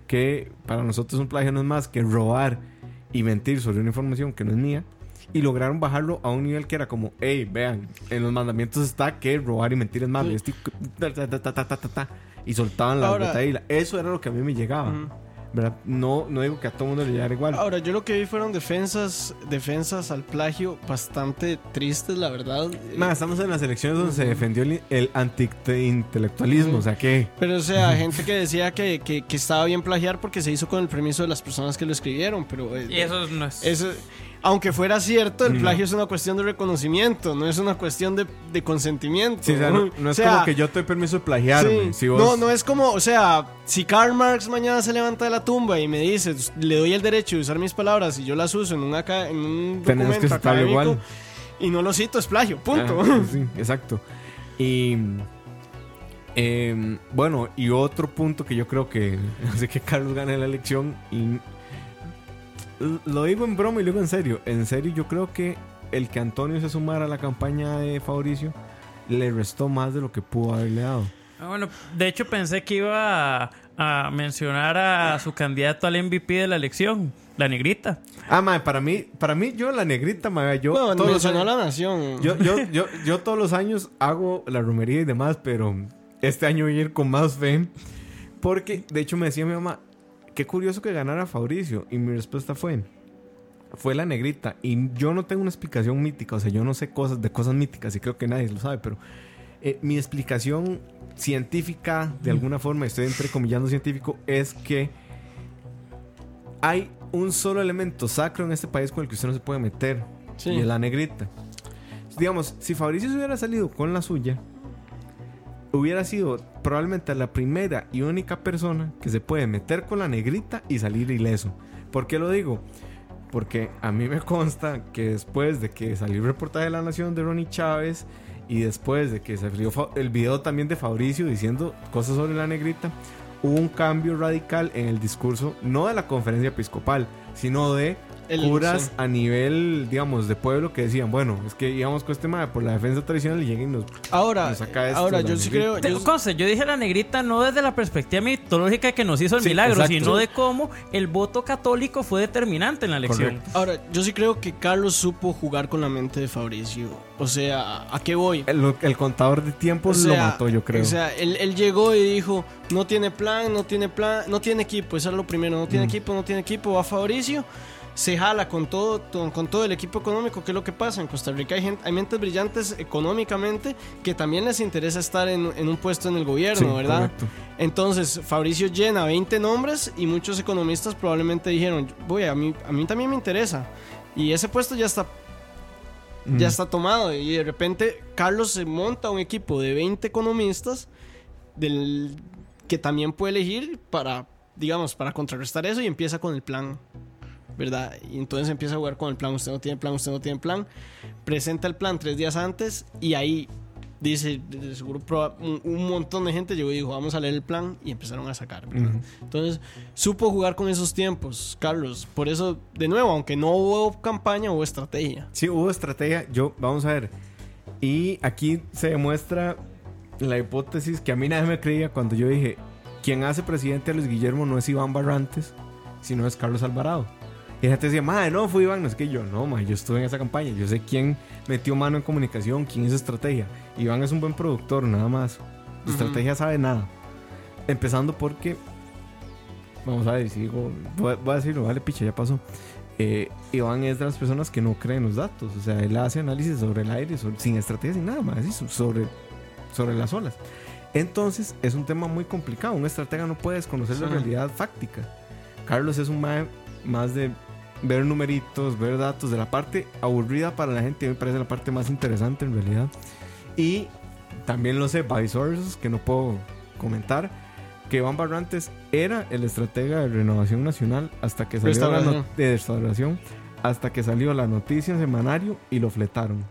que para nosotros un plagio no es más que robar y mentir sobre una información que no es mía. Y lograron bajarlo a un nivel que era como, hey, vean, en los mandamientos está que robar y mentir es malo. Sí. Y, estoy, ta, ta, ta, ta, ta, ta, y soltaban la botella. Eso era lo que a mí me llegaba. Uh-huh. ¿Verdad? No, no digo que a todo mundo le llegara igual. Ahora, yo lo que vi fueron defensas defensas al plagio bastante tristes, la verdad. Más, estamos en las elecciones donde uh-huh. se defendió el, el anti-intelectualismo, uh-huh. o sea, ¿qué? Pero, o sea, gente que decía que, que, que estaba bien plagiar porque se hizo con el permiso de las personas que lo escribieron, pero... Y eso no es... Eso, aunque fuera cierto, el plagio no. es una cuestión de reconocimiento, no es una cuestión de, de consentimiento. Sí, o sea, no, no es o sea, como que yo te doy permiso de plagiarme. Sí, si vos... No, no es como, o sea, si Karl Marx mañana se levanta de la tumba y me dice, le doy el derecho de usar mis palabras y yo las uso en, una, en un documento que académico igual. Y no lo cito, es plagio, punto. Ah, sí, exacto. Y eh, bueno, y otro punto que yo creo que hace que Carlos gane la elección, y lo digo en broma y lo digo en serio. En serio, yo creo que el que Antonio se sumara a la campaña de Fabricio le restó más de lo que pudo haberle dado. Ah, bueno, de hecho pensé que iba a, a mencionar a su candidato al M V P de la elección, la Negrita. Ah, mae, para mí, para mí yo la Negrita, mae, yo bueno, todos mencionó los años, la nación. Yo, yo, yo, yo todos los años hago la romería y demás, pero este año voy a ir con más fe, porque de hecho me decía mi mamá, qué curioso que ganara Fabricio. Y mi respuesta fue Fue la Negrita. Y yo no tengo una explicación mítica. O sea, yo no sé cosas de cosas míticas y creo que nadie lo sabe. Pero eh, mi explicación científica, de alguna forma, estoy entrecomillando científico, es que hay un solo elemento sacro en este país con el que usted no se puede meter. Sí. Y es la Negrita. Digamos, si Fabricio se hubiera salido con la suya, hubiera sido probablemente la primera y única persona que se puede meter con la Negrita y salir ileso. ¿Por qué lo digo? Porque a mí me consta que después de que salió el reportaje de La Nación de Ronnie Chávez y después de que salió el video también de Fabricio diciendo cosas sobre la Negrita, hubo un cambio radical en el discurso, no de la conferencia episcopal, sino de el, curas sí. a nivel, digamos, de pueblo, que decían, bueno, es que íbamos con este tema por la defensa tradicional y lleguen y nos, ahora, nos saca esto. Ahora, yo sí creo... Yo... Conce, yo dije la Negrita no desde la perspectiva mitológica que nos hizo el sí, milagro, exacto. sino de cómo el voto católico fue determinante en la elección. Correcto. Ahora, yo sí creo que Carlos supo jugar con la mente de Fabricio. O sea, ¿a qué voy? El, el contador de tiempos o sea, lo mató, yo creo. O sea, él, él llegó y dijo, no tiene plan, no tiene plan, no tiene equipo, eso es lo primero, no tiene mm. equipo, no tiene equipo, va Fabricio, se jala con todo, todo, con todo el equipo económico. ¿Qué es lo que pasa? En Costa Rica hay, gente, hay mentes brillantes económicamente que también les interesa estar en, en un puesto en el gobierno, sí, ¿verdad? Correcto. Entonces, Fabricio llena veinte nombres y muchos economistas probablemente dijeron, voy, a mí, a mí también me interesa. Y ese puesto ya está ya está tomado y de repente Carlos se monta un equipo de veinte economistas del, que también puede elegir para, digamos, para contrarrestar eso, y empieza con el plan, ¿verdad? Y entonces empieza a jugar con el plan. Usted no tiene plan, usted no tiene plan, presenta el plan tres días antes y ahí dice, de seguro un, un montón de gente llegó y dijo, vamos a leer el plan, y empezaron a sacar, ¿verdad? Uh-huh. Entonces supo jugar con esos tiempos Carlos. Por eso, de nuevo, aunque no hubo campaña, hubo estrategia. Sí, hubo estrategia. Yo, vamos a ver, y aquí se demuestra la hipótesis que a mí nadie me creía cuando yo dije, quien hace presidente a Luis Guillermo no es Iván Barrantes, sino es Carlos Alvarado. Y la gente decía, madre, no, fue Iván. No, es que yo no, madre, yo estuve en esa campaña, yo sé quién metió mano en comunicación, quién hizo estrategia. Iván es un buen productor, nada más. De uh-huh. estrategia sabe nada. Empezando porque, vamos a ver, si digo, voy, voy a decirlo, vale, picha, ya pasó. Eh, Iván es de las personas que no creen los datos. O sea, él hace análisis sobre el aire, sobre, sin estrategia, sin nada más, así, sobre, sobre las olas. Entonces, es un tema muy complicado. Un estratega no puede desconocer sí. la realidad fáctica. Carlos es un mae más de ver numeritos, ver datos, de la parte aburrida para la gente, me parece la parte más interesante en realidad. Y también lo sé, by sources, que no puedo comentar, que Iván Barrantes era el estratega de Renovación Nacional hasta que salió la no- de restauración, hasta que salió la noticia en semanario y lo fletaron.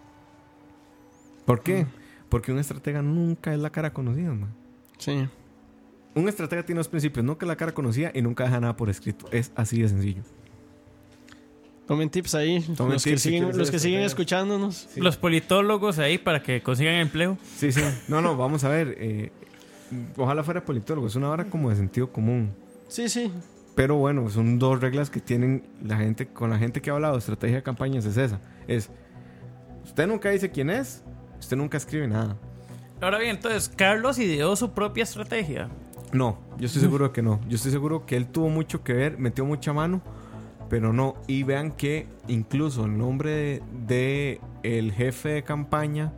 ¿Por qué? Mm. Porque un estratega nunca es la cara conocida, man. Sí. Un estratega tiene dos principios: nunca es la cara conocida y nunca deja nada por escrito. Es así de sencillo. Tomen tips ahí. Tomen los tips que si siguen, los que siguen escuchándonos. Sí. Los politólogos ahí para que consigan empleo. Sí, sí. No, no, vamos a ver. Eh, ojalá fuera politólogo. Es una hora como de sentido común. Sí, sí. Pero bueno, son dos reglas que tienen la gente, con la gente que ha hablado de estrategia de campañas, es esa. Es, usted nunca dice quién es, usted nunca escribe nada. Ahora bien, entonces, Carlos ideó su propia estrategia. No, yo estoy seguro de que no. Yo estoy seguro que él tuvo mucho que ver, metió mucha mano, pero no. Y vean que incluso el nombre de, de el jefe de campaña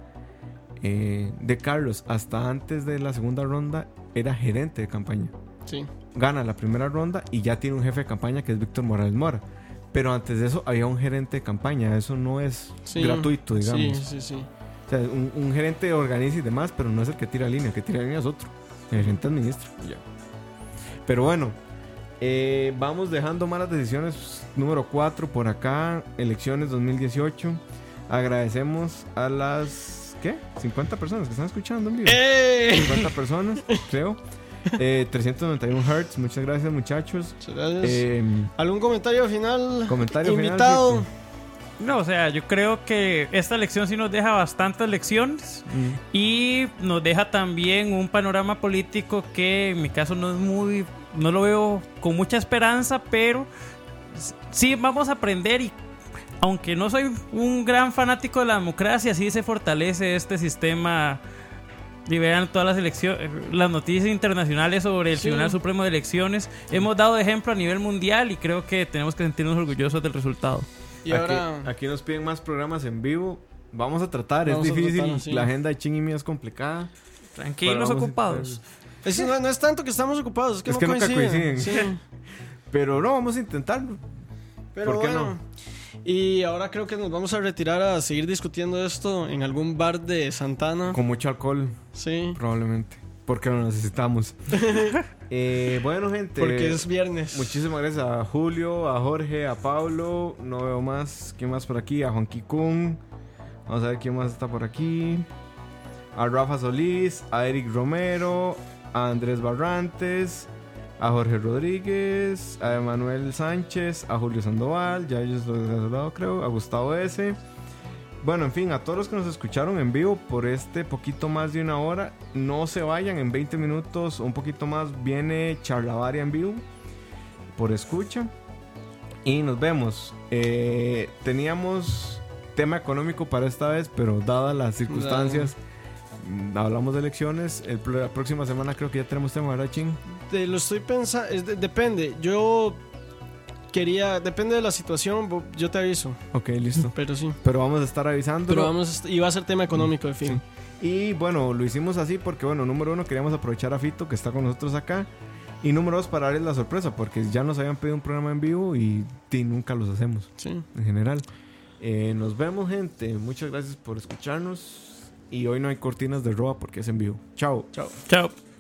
eh, de Carlos, hasta antes de la segunda ronda, era gerente de campaña. Sí. Gana la primera ronda y ya tiene un jefe de campaña que es Víctor Morales Mora. Pero antes de eso había un gerente de campaña. Eso no es Sí. gratuito, digamos. Sí, sí, sí. O sea, un, un gerente organiza y demás, pero no es el que tira línea. El que tira línea es otro. El gerente administra. Ya. Pero bueno, eh, vamos dejando malas decisiones. Número cuatro por acá. Elecciones dos mil dieciocho. Agradecemos a las... ¿Qué? cincuenta personas que están escuchando en vivo. ¡Eh! cincuenta personas, creo. Eh, trescientos noventa y uno Hertz. Muchas gracias, muchachos. Muchas gracias. Eh, ¿Algún comentario final? Comentario final, Invitado. Víctor. No, o sea, yo creo que esta elección sí nos deja bastantes lecciones Mm. y nos deja también un panorama político que en mi caso no es muy, no lo veo con mucha esperanza, pero sí vamos a aprender y aunque no soy un gran fanático de la democracia, sí se fortalece este sistema. Y vean todas las elecciones, las noticias internacionales sobre el Sí. Tribunal Supremo de Elecciones. Hemos dado ejemplo a nivel mundial y creo que tenemos que sentirnos orgullosos del resultado. Y aquí, ahora... aquí nos piden más programas en vivo. Vamos a tratar, Vamos es a difícil. tratarlo, sí. La agenda de Ching y mía es complicada. Tranquilos, Pero vamos a ocupados. intentar. Es, no, no es tanto que estamos ocupados, es que Es no que nunca coinciden. coinciden. Sí. Pero no, vamos a intentarlo. Pero ¿Por qué bueno. no? Y ahora creo que nos vamos a retirar a seguir discutiendo esto en algún bar de Santana. Con mucho alcohol, Sí. probablemente. Porque lo necesitamos. eh, bueno, gente. Porque es viernes. Muchísimas gracias a Julio, a Jorge, a Pablo. No veo más. ¿Quién más por aquí? A Juan Kikun. Vamos a ver quién más está por aquí. A Rafa Solís, a Eric Romero, a Andrés Barrantes, a Jorge Rodríguez, a Emanuel Sánchez, a Julio Sandoval, ya ellos los he saludado, creo, a Gustavo S. Bueno, en fin, a todos los que nos escucharon en vivo por este poquito más de una hora, no se vayan, en veinte minutos, un poquito más, viene Charlavaria en vivo por escucha. Y nos vemos. Eh, teníamos tema económico para esta vez, pero dadas las circunstancias, no. hablamos de elecciones. El, la próxima semana creo que ya tenemos tema, ¿verdad, Ching? Te lo estoy pensando, es de- depende. Yo quería, depende de la situación, bo- yo te aviso. Ok, listo. Pero sí. Pero vamos a estar avisando. Pero vamos, a est- y va a ser tema económico, de fin. Y bueno, lo hicimos así porque, bueno, número uno, queríamos aprovechar a Fito, que está con nosotros acá. Y número dos, para darles la sorpresa, porque ya nos habían pedido un programa en vivo y, y nunca los hacemos, Sí. en general. Eh, nos vemos, gente. Muchas gracias por escucharnos. Y hoy no hay cortinas de roa porque es en vivo. Chao. Chao. Chao.